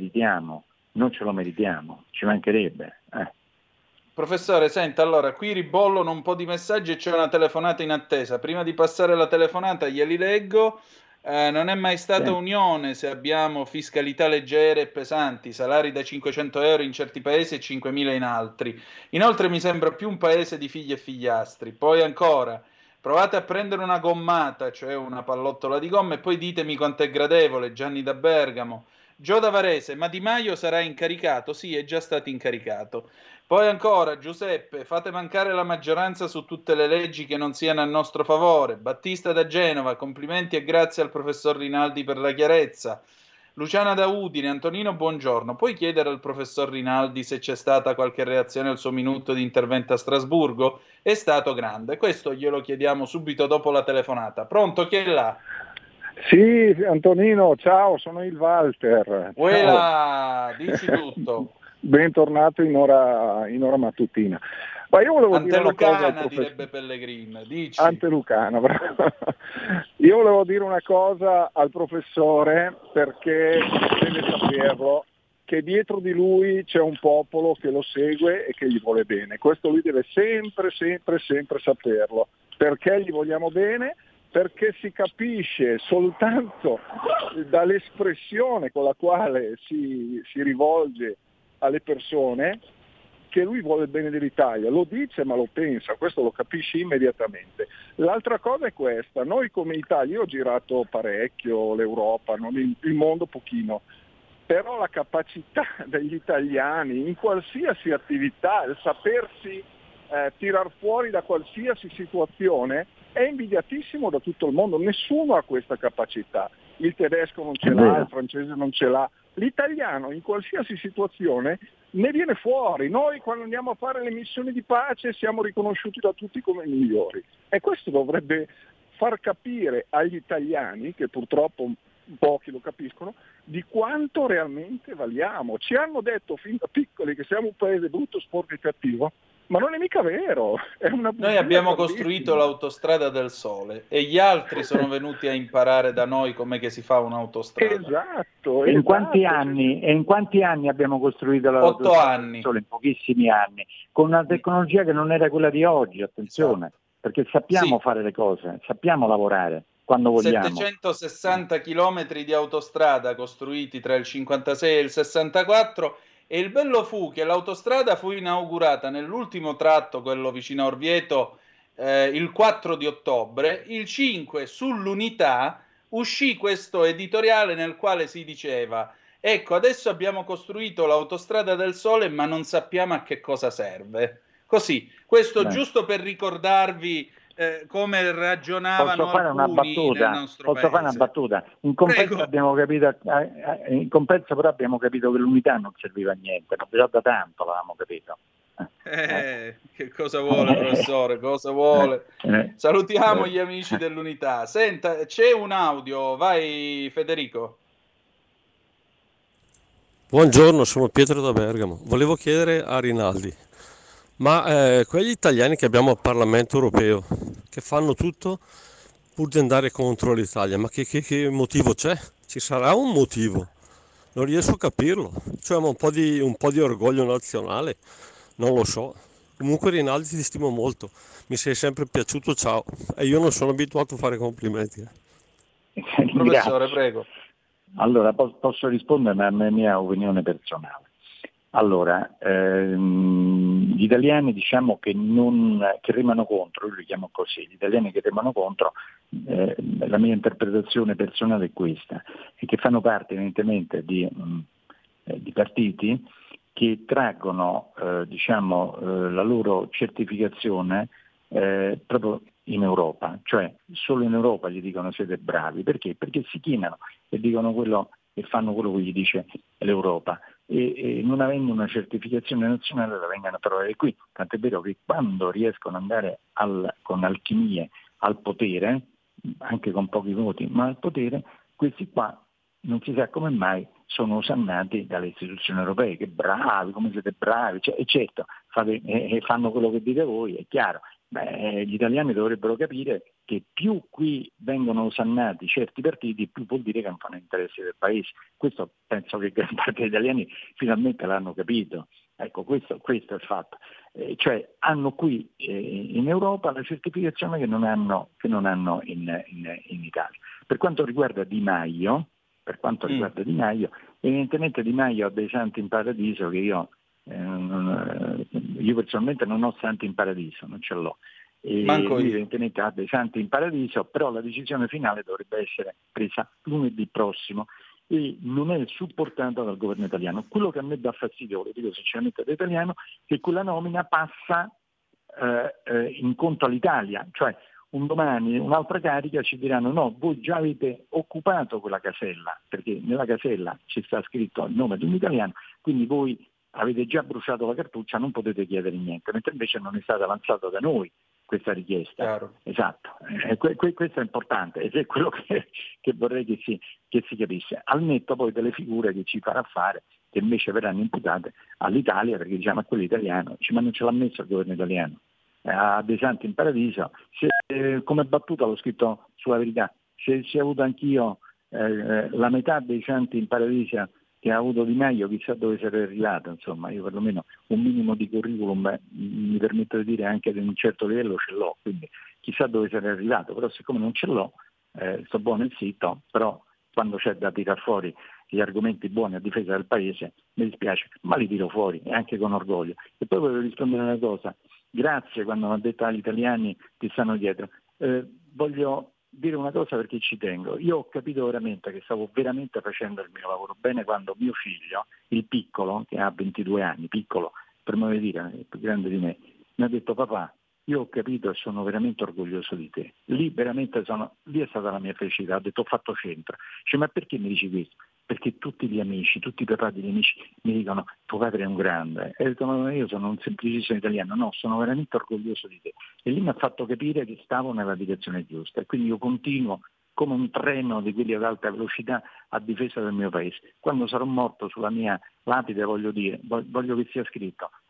meritiamo, ci mancherebbe. Professore, senta, allora, qui ribollono un po' di messaggi e c'è una telefonata in attesa. Prima di passare la telefonata glieli leggo. Non è mai stata unione se abbiamo fiscalità leggere e pesanti, salari da 500 euro in certi paesi e 5.000 in altri. Inoltre mi sembra più un paese di figli e figliastri. Poi ancora, provate a prendere una gommata, cioè una pallottola di gomma, e poi ditemi quanto è gradevole. Gianni da Bergamo. Gio da Varese, ma Di Maio sarà incaricato? Sì, è già stato incaricato. Poi ancora, Giuseppe, fate mancare la maggioranza su tutte le leggi che non siano a nostro favore. Battista da Genova, complimenti e grazie al professor Rinaldi per la chiarezza. Luciana da Udine, Antonino, buongiorno. Puoi chiedere al professor Rinaldi se c'è stata qualche reazione al suo minuto di intervento a Strasburgo? È stato grande. Questo glielo chiediamo subito dopo la telefonata. Pronto, chi è là? Sì, Antonino, ciao, sono il Walter. Uela, dici tutto. Bentornato in ora mattutina. Ma io volevo dire una cosa al professore, direbbe Pellegrin, dici. Antelucana, bravo. Io volevo dire una cosa al professore, perché deve saperlo, che dietro di lui c'è un popolo che lo segue e che gli vuole bene. Questo lui deve sempre saperlo. Perché gli vogliamo bene? Perché si capisce soltanto dall'espressione con la quale si rivolge alle persone che lui vuole il bene dell'Italia, lo dice ma lo pensa, questo lo capisci immediatamente. L'altra cosa è questa, noi come Italia, io ho girato parecchio l'Europa, il mondo pochino, però la capacità degli italiani in qualsiasi attività, il sapersi tirar fuori da qualsiasi situazione è invidiatissimo da tutto il mondo, nessuno ha questa capacità, il tedesco non ce l'ha, il francese non ce l'ha, l'italiano in qualsiasi situazione ne viene fuori. Noi quando andiamo a fare le missioni di pace siamo riconosciuti da tutti come i migliori e questo dovrebbe far capire agli italiani, che purtroppo pochi lo capiscono, di quanto realmente valiamo. Ci hanno detto fin da piccoli che siamo un paese brutto, sporco e cattivo Ma non è mica vero, è una bugia. Noi abbiamo grandissima. costruito l'autostrada del sole e gli altri sono venuti a imparare da noi come che si fa un'autostrada. Esatto. E in quanti esatto. anni abbiamo costruito la 8 anni. Solo in pochissimi anni, con una tecnologia che non era quella di oggi, attenzione, Esatto. perché sappiamo Sì. fare le cose, sappiamo lavorare quando vogliamo. 760 chilometri di autostrada costruiti tra il 56 e il 64, e il bello fu che l'autostrada fu inaugurata nell'ultimo tratto, quello vicino a Orvieto, il 4 di ottobre. Il 5 sull'Unità uscì questo editoriale nel quale si diceva: ecco, adesso abbiamo costruito l'autostrada del sole, ma non sappiamo a che cosa serve. Così, questo giusto per ricordarvi come ragionavano Posso fare una alcuni nel battuta? nostro Posso fare una paese. battuta? In compenso Prego. abbiamo capito, in compenso però abbiamo capito che l'unità non serviva a niente, ma già da tanto l'avevamo capito. Che cosa vuole, professore? Cosa vuole? Salutiamo gli amici dell'unità. Senta, c'è un audio, vai Federico. Buongiorno, sono Pietro da Bergamo. Volevo chiedere a Rinaldi, ma quegli italiani che abbiamo al Parlamento europeo, che fanno tutto pur di andare contro l'Italia, ma che motivo c'è? Ci sarà un motivo? Non riesco a capirlo. Cioè, ma un po' di orgoglio nazionale? Non lo so. Comunque Rinaldi ti stimo molto, mi sei sempre piaciuto, ciao. E io non sono abituato a fare complimenti. Professore, prego. Allora, posso rispondere, ma è la mia opinione personale. Allora, gli italiani diciamo che remano contro, io li chiamo così, gli italiani che remano contro, la mia interpretazione personale è questa, è che fanno parte evidentemente di partiti che traggono la loro certificazione proprio in Europa, cioè solo in Europa gli dicono siete bravi, perché? Perché si chinano e dicono quello e fanno quello che gli dice l'Europa e non avendo una certificazione nazionale la vengono a trovare qui, tant'è vero che quando riescono ad andare con alchimie al potere, anche con pochi voti, ma al potere, questi qua non si sa come mai sono osannati dalle istituzioni europee, che bravi, come siete bravi, e certo fanno quello che dite voi, è chiaro. Gli italiani dovrebbero capire che più qui vengono osannati certi partiti, più vuol dire che non fanno interessi del paese. Questo penso che gran parte degli italiani finalmente l'hanno capito. Ecco, questo è il fatto. Cioè hanno qui in Europa la certificazione che non hanno in Italia. Per quanto riguarda Di Maio, evidentemente Di Maio ha dei santi in paradiso che io personalmente non ho santi in paradiso, non ce l'ho. Lui evidentemente ha dei santi in paradiso, però la decisione finale dovrebbe essere presa lunedì prossimo e non è supportata dal governo italiano. Quello che a me dà fastidio, lo dico sinceramente da italiano, è che quella nomina passa in conto all'Italia, cioè un domani un'altra carica ci diranno no, voi già avete occupato quella casella, perché nella casella ci sta scritto il nome di un italiano, quindi voi avete già bruciato la cartuccia, non potete chiedere niente, mentre invece non è stata avanzata da noi questa richiesta. Chiaro. Esatto, questo è importante ed è quello che vorrei che si capisse, al netto poi delle figure che ci farà fare, che invece verranno imputate all'Italia, perché diciamo a quello italiano, ma non ce l'ha messo il governo italiano, ha dei santi in paradiso, come battuta l'ho scritto sulla Verità, se ho avuto anch'io la metà dei santi in paradiso che ha avuto Di Maio, chissà dove sarei arrivato, insomma io perlomeno un minimo di curriculum mi permetto di dire anche di un certo livello ce l'ho, quindi chissà dove sarei arrivato, però siccome non ce l'ho sto buono e zitto, però quando c'è da tirar fuori gli argomenti buoni a difesa del paese mi dispiace, ma li tiro fuori e anche con orgoglio. E poi volevo rispondere a una cosa, grazie quando mi ha detto agli italiani che stanno dietro, voglio dire una cosa perché ci tengo. Io ho capito veramente che stavo veramente facendo il mio lavoro bene quando mio figlio, il piccolo, che ha 22 anni, piccolo, per modo di dire, è più grande di me, mi ha detto papà, io ho capito e sono veramente orgoglioso di te. Lì è stata la mia felicità, ho detto ho fatto centro. Cioè, ma perché mi dici questo? Perché tutti gli amici, tutti i papà degli amici mi dicono tuo padre è un grande. E ho detto ma io sono un semplicissimo italiano, no, sono veramente orgoglioso di te. E lì mi ha fatto capire che stavo nella direzione giusta e quindi io continuo come un treno di quelli ad alta velocità a difesa del mio paese. Quando sarò morto sulla mia lapide voglio che sia scritto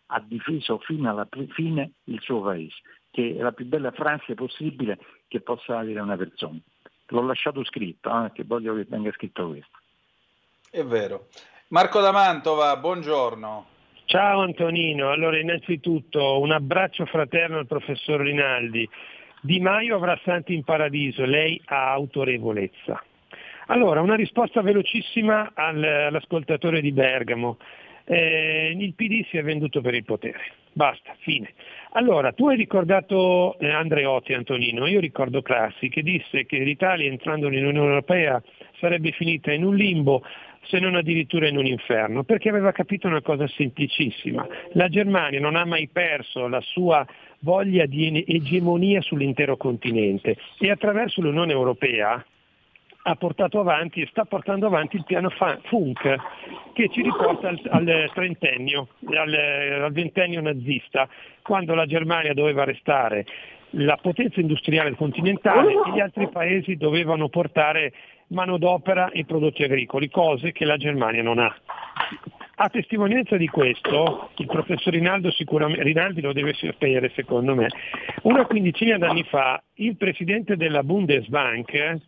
ha difeso fino alla fine il suo paese, che è la più bella frase possibile che possa avere una persona. L'ho lasciato scritto, che voglio che venga scritto questo. È vero. Marco da Mantova, buongiorno. Ciao Antonino, allora innanzitutto un abbraccio fraterno al professor Rinaldi. Di Maio avrà santi in paradiso, lei ha autorevolezza. Allora, una risposta velocissima all'ascoltatore di Bergamo. Il PD si è venduto per il potere. Basta, fine. Allora, tu hai ricordato Andreotti, Antonino, io ricordo Craxi che disse che l'Italia entrando nell'Unione Europea sarebbe finita in un limbo, se non addirittura in un inferno, perché aveva capito una cosa semplicissima. La Germania non ha mai perso la sua voglia di egemonia sull'intero continente e attraverso l'Unione Europea ha portato avanti e sta portando avanti il piano Funk, che ci riporta al trentennio, al ventennio nazista, quando la Germania doveva restare la potenza industriale continentale e gli altri paesi dovevano portare manodopera e prodotti agricoli, cose che la Germania non ha. A testimonianza di questo, il professor Rinaldi lo deve sapere secondo me, una quindicina d'anni fa il presidente della Bundesbank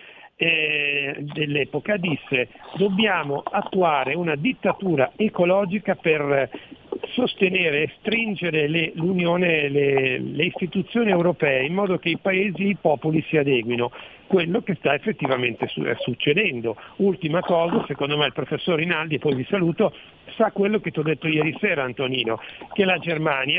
dell'epoca disse: dobbiamo attuare una dittatura ecologica per sostenere e stringere le istituzioni europee in modo che i paesi e i popoli si adeguino. Quello che sta effettivamente succedendo. Ultima cosa, secondo me il professor Rinaldi, e poi vi saluto, sa quello che ti ho detto ieri sera Antonino, che la Germania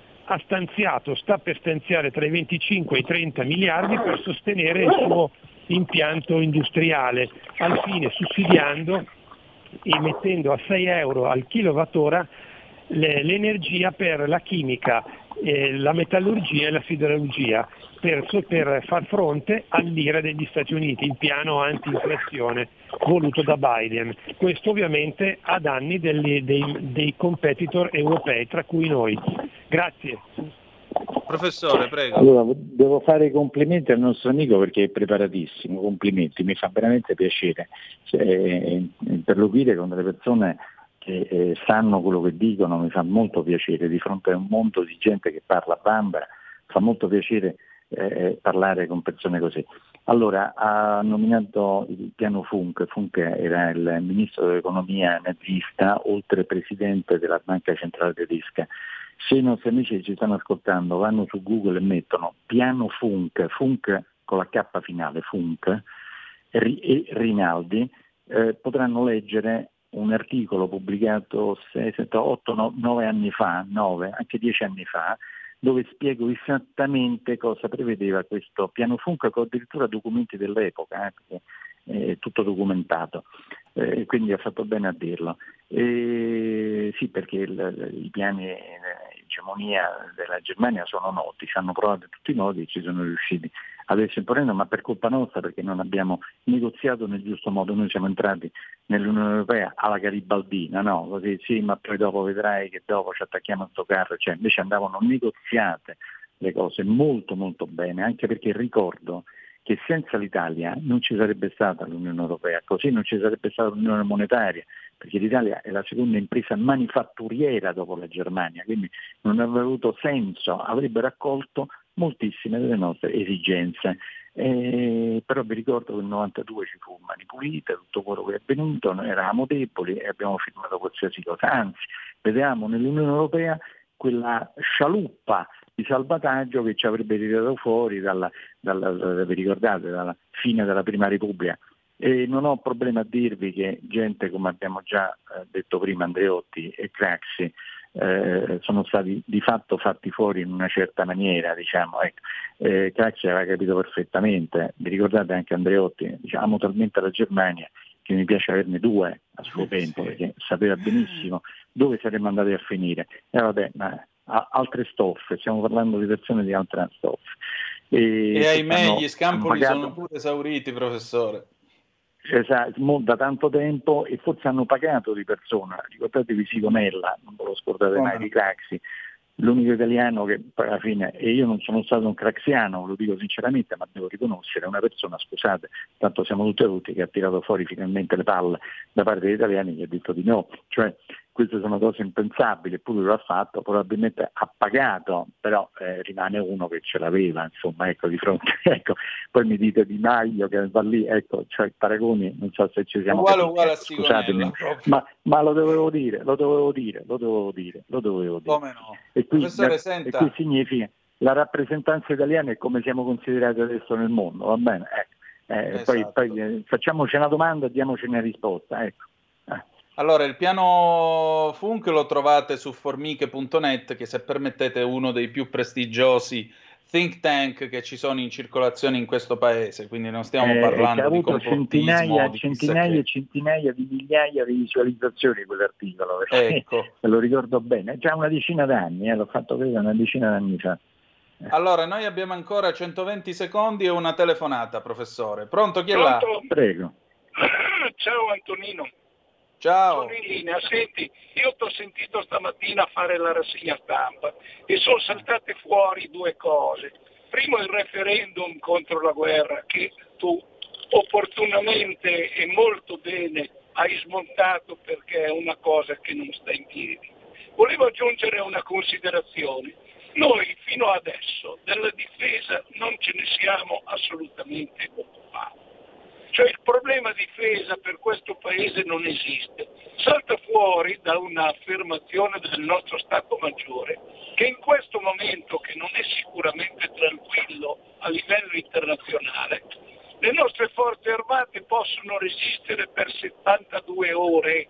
sta per stanziare tra i 25 e i 30 miliardi per sostenere il suo impianto industriale, al fine sussidiando e mettendo a 6 euro al kilowattora l'energia per la chimica, la metallurgia e la siderurgia, per far fronte all'ira degli Stati Uniti, il piano anti-inflazione voluto da Biden. Questo ovviamente a danni dei competitor europei, tra cui noi. Grazie. Professore, prego. Allora, devo fare i complimenti al nostro amico perché è preparatissimo, complimenti, mi fa veramente piacere interloquire con delle persone che sanno quello che dicono, mi fa molto piacere di fronte a un mondo di gente che parla a bambera, fa molto piacere parlare con persone così. Allora, ha nominato il piano Funk era il ministro dell'economia nazista, oltre presidente della banca centrale tedesca. Se i nostri amici ci stanno ascoltando vanno su Google e mettono piano Funk con la K finale, Funk, e Rinaldi, potranno leggere un articolo pubblicato 6, 7, 8, 9 anni fa, anche 10 anni fa, dove spiego esattamente cosa prevedeva questo piano Funk, con addirittura documenti dell'epoca, perché è tutto documentato, quindi ha fatto bene a dirlo. Sì, perché i piani di egemonia della Germania sono noti, ci hanno provato tutti i modi e ci sono riusciti adesso imponendo, ma per colpa nostra, perché non abbiamo negoziato nel giusto modo. Noi siamo entrati nell'Unione Europea alla garibaldina, no? Così sì, ma poi dopo vedrai che dopo ci attacchiamo a sto carro, cioè invece andavano negoziate le cose molto molto bene, anche perché ricordo che senza l'Italia non ci sarebbe stata l'Unione Europea, così non ci sarebbe stata l'Unione Monetaria, perché l'Italia è la seconda impresa manifatturiera dopo la Germania, quindi non avrebbe avuto senso, avrebbe raccolto moltissime delle nostre esigenze. Però vi ricordo che nel 92 ci fu Mani Pulite, tutto quello che è avvenuto, noi eravamo deboli e abbiamo firmato qualsiasi cosa, anzi vedevamo nell'Unione Europea quella scialuppa di salvataggio che ci avrebbe tirato fuori vi ricordate, dalla fine della Prima Repubblica. E non ho problema a dirvi che gente come abbiamo già detto prima, Andreotti e Craxi, sono stati di fatto fatti fuori in una certa maniera, diciamo. Craxi aveva capito perfettamente, vi ricordate anche Andreotti, diciamo talmente la Germania che mi piace averne due a suo tempo, perché sapeva benissimo dove saremmo andati a finire. E vabbè, ma altre stoffe, stiamo parlando di persone di altre stoffe. E ahimè gli scampoli sono pure esauriti, professore. Esatto, da tanto tempo, e forse hanno pagato di persona. Ricordatevi Sigonella, non ve lo scordate mai, di Craxi, l'unico italiano che poi alla fine, e io non sono stato un craxiano, lo dico sinceramente, ma devo riconoscere, una persona, scusate, tanto siamo tutti adulti, che ha tirato fuori finalmente le palle da parte degli italiani, che ha detto di no. Cioè queste sono cose impensabili, eppure lo ha fatto, probabilmente ha pagato, però rimane uno che ce l'aveva, insomma, ecco, di fronte. Ecco. Poi mi dite Di Maio che va lì, ecco, cioè paragoni, non so se ci siamo uguale capiti, a scusatemi, Sigonella, ma lo dovevo dire. come no? E qui, Professore, senta, e qui significa la rappresentanza italiana è come siamo considerati adesso nel mondo, va bene? esatto. Poi facciamoci una domanda e diamoci una risposta, ecco. Allora, il piano Funk lo trovate su formiche.net, che se permettete è uno dei più prestigiosi think tank che ci sono in circolazione in questo paese, quindi non stiamo Che ha parlando di avuto complottismo o di chissà centinaia e che. centinaia di migliaia di visualizzazioni quell'articolo, perché Ecco. me lo ricordo bene, è già una decina d'anni, l'ho fatto vedere una decina d'anni fa. Allora, noi abbiamo ancora 120 secondi e una telefonata, professore. Pronto, chi è là? Prego. Ciao Antonino. Ciao. Sono in linea. Senti, io ti ho sentito stamattina fare la rassegna stampa e sono saltate fuori due cose. Primo il referendum contro la guerra che tu opportunamente e molto bene hai smontato perché è una cosa che non sta in piedi. Volevo aggiungere una considerazione. Noi fino adesso della difesa non ce ne siamo assolutamente occupati. Cioè il problema difesa per questo paese non esiste. Salta fuori da un'affermazione del nostro Stato Maggiore che in questo momento, che non è sicuramente tranquillo a livello internazionale, le nostre forze armate possono resistere per 72 ore.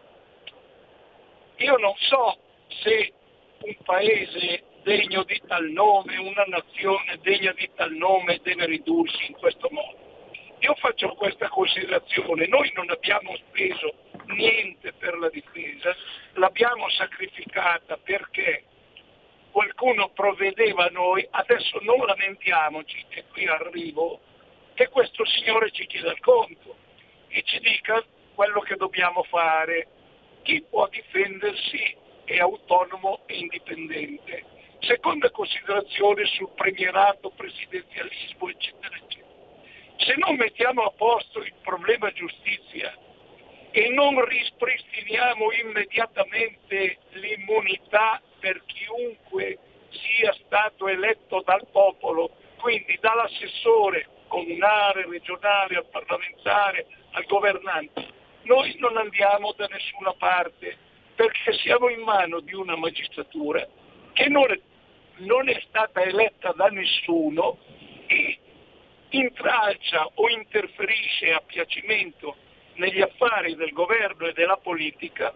Io non so se un paese degno di tal nome, una nazione degna di tal nome deve ridursi in questo modo. Io faccio questa considerazione, noi non abbiamo speso niente per la difesa, l'abbiamo sacrificata perché qualcuno provvedeva a noi, adesso non lamentiamoci, e qui arrivo, che questo signore ci chieda il conto e ci dica quello che dobbiamo fare. Chi può difendersi è autonomo e indipendente. Seconda considerazione sul premierato, presidenzialismo, eccetera, eccetera. Se non mettiamo a posto il problema giustizia e non rispristiniamo immediatamente l'immunità per chiunque sia stato eletto dal popolo, quindi dall'assessore comunale, regionale, al parlamentare, al governante, noi non andiamo da nessuna parte perché siamo in mano di una magistratura che non è stata eletta da nessuno e intralcia o interferisce a piacimento negli affari del governo e della politica.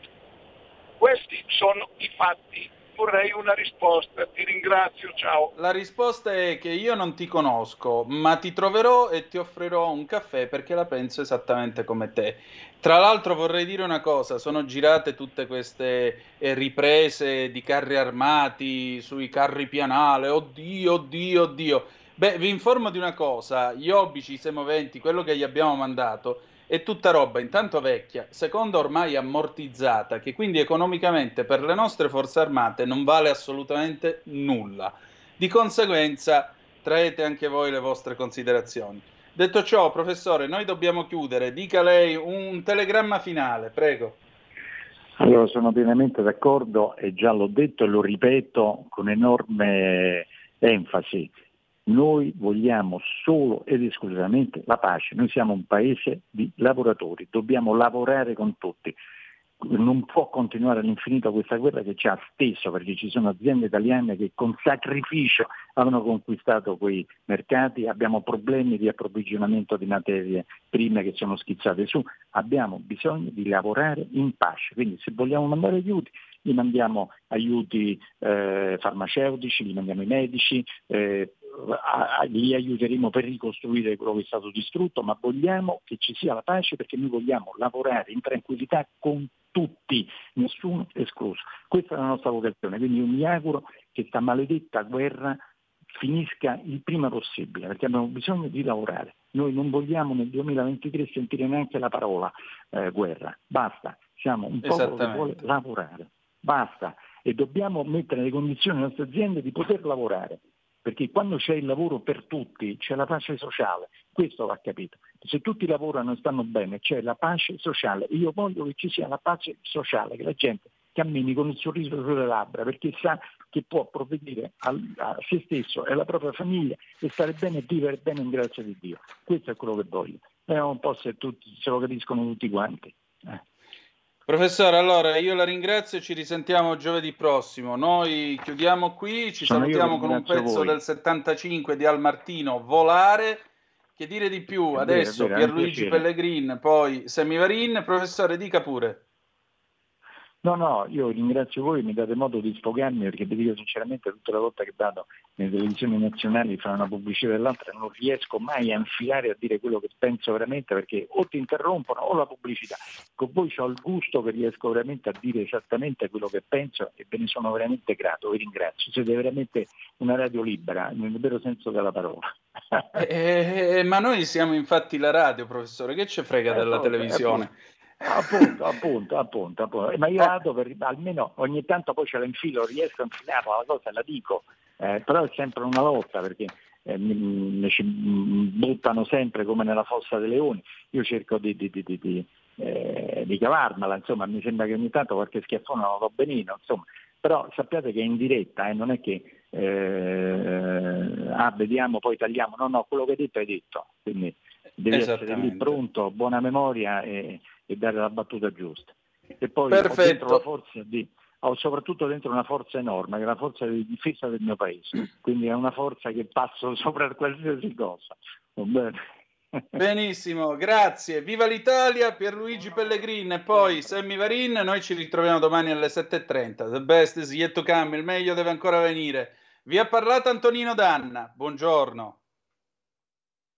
Questi sono i fatti. Vorrei una risposta, ti ringrazio, ciao. La risposta è che io non ti conosco, ma ti troverò e ti offrirò un caffè perché la penso esattamente come te. Tra l'altro vorrei dire una cosa, sono girate tutte queste riprese di carri armati sui carri pianale, oddio, oddio, oddio. Beh, vi informo di una cosa, gli obici, i semoventi, quello che gli abbiamo mandato è tutta roba intanto vecchia, secondo ormai ammortizzata, che quindi economicamente per le nostre forze armate non vale assolutamente nulla. Di conseguenza traete anche voi le vostre considerazioni. Detto ciò, professore, noi dobbiamo chiudere. Dica lei un telegramma finale, prego. Allora, sono pienamente d'accordo e già l'ho detto e lo ripeto con enorme enfasi. Noi vogliamo solo ed esclusivamente la pace, noi siamo un paese di lavoratori, dobbiamo lavorare con tutti. Non può continuare all'infinito questa guerra che ci ha steso, perché ci sono aziende italiane che con sacrificio hanno conquistato quei mercati, abbiamo problemi di approvvigionamento di materie prime che sono schizzate su, abbiamo bisogno di lavorare in pace, quindi se vogliamo mandare aiuti, gli mandiamo aiuti farmaceutici, gli mandiamo i medici, li aiuteremo per ricostruire quello che è stato distrutto, ma vogliamo che ci sia la pace perché noi vogliamo lavorare in tranquillità con tutti, nessuno escluso. Questa è la nostra vocazione, quindi io mi auguro che questa maledetta guerra finisca il prima possibile, perché abbiamo bisogno di lavorare. Noi non vogliamo nel 2023 sentire neanche la parola guerra, basta, siamo un popolo che vuole lavorare, basta, e dobbiamo mettere nelle condizioni le nostre aziende di poter lavorare. perché quando c'è il lavoro per tutti c'è la pace sociale, questo va capito. Se tutti lavorano e stanno bene c'è la pace sociale. Io voglio che ci sia la pace sociale, che la gente cammini con il sorriso sulle labbra, perché sa che può provvedere a se stesso e alla propria famiglia e stare bene e vivere bene in grazia di Dio. Questo è quello che voglio. Vediamo un po' se lo capiscono tutti quanti. Professore, allora io la ringrazio e ci risentiamo giovedì prossimo. Noi chiudiamo qui, ci salutiamo con un pezzo del 75 di Al Martino, Volare. Che dire di più? Adesso Pierluigi Pellegrin, poi Semivarin. Professore, dica pure. No, io ringrazio voi, mi date modo di sfogarmi, perché vi dico sinceramente, tutte le volte che vado nelle televisioni nazionali fra una pubblicità e l'altra non riesco mai a infilare a dire quello che penso veramente, perché o ti interrompono o la pubblicità. Con voi ho il gusto che riesco veramente a dire esattamente quello che penso e ve ne sono veramente grato, vi ringrazio. Siete veramente una radio libera, nel vero senso della parola. Ma noi siamo infatti la radio, professore, che ci frega della televisione? Appunto. Ma io vado almeno ogni tanto poi ce la infilo, riesco a infilarla la cosa, la dico, però è sempre una lotta, perché mi ci buttano sempre come nella fossa dei leoni. Io cerco di cavarmela, insomma, mi sembra che ogni tanto qualche schiaffone lo do benino, insomma. Però sappiate che è in diretta, non è che vediamo poi tagliamo, no, quello che hai detto, quindi devi essere lì pronto, buona memoria e dare la battuta giusta. E poi ho soprattutto dentro una forza enorme, che è la forza di difesa del mio paese, quindi è una forza che passo sopra qualsiasi cosa. Va bene? Benissimo, grazie. Viva l'Italia, Pierluigi Pellegrin e poi Semivarin. Noi ci ritroviamo domani alle 7:30. The best is yet to come, il meglio deve ancora venire. Vi ha parlato Antonino Danna. Buongiorno.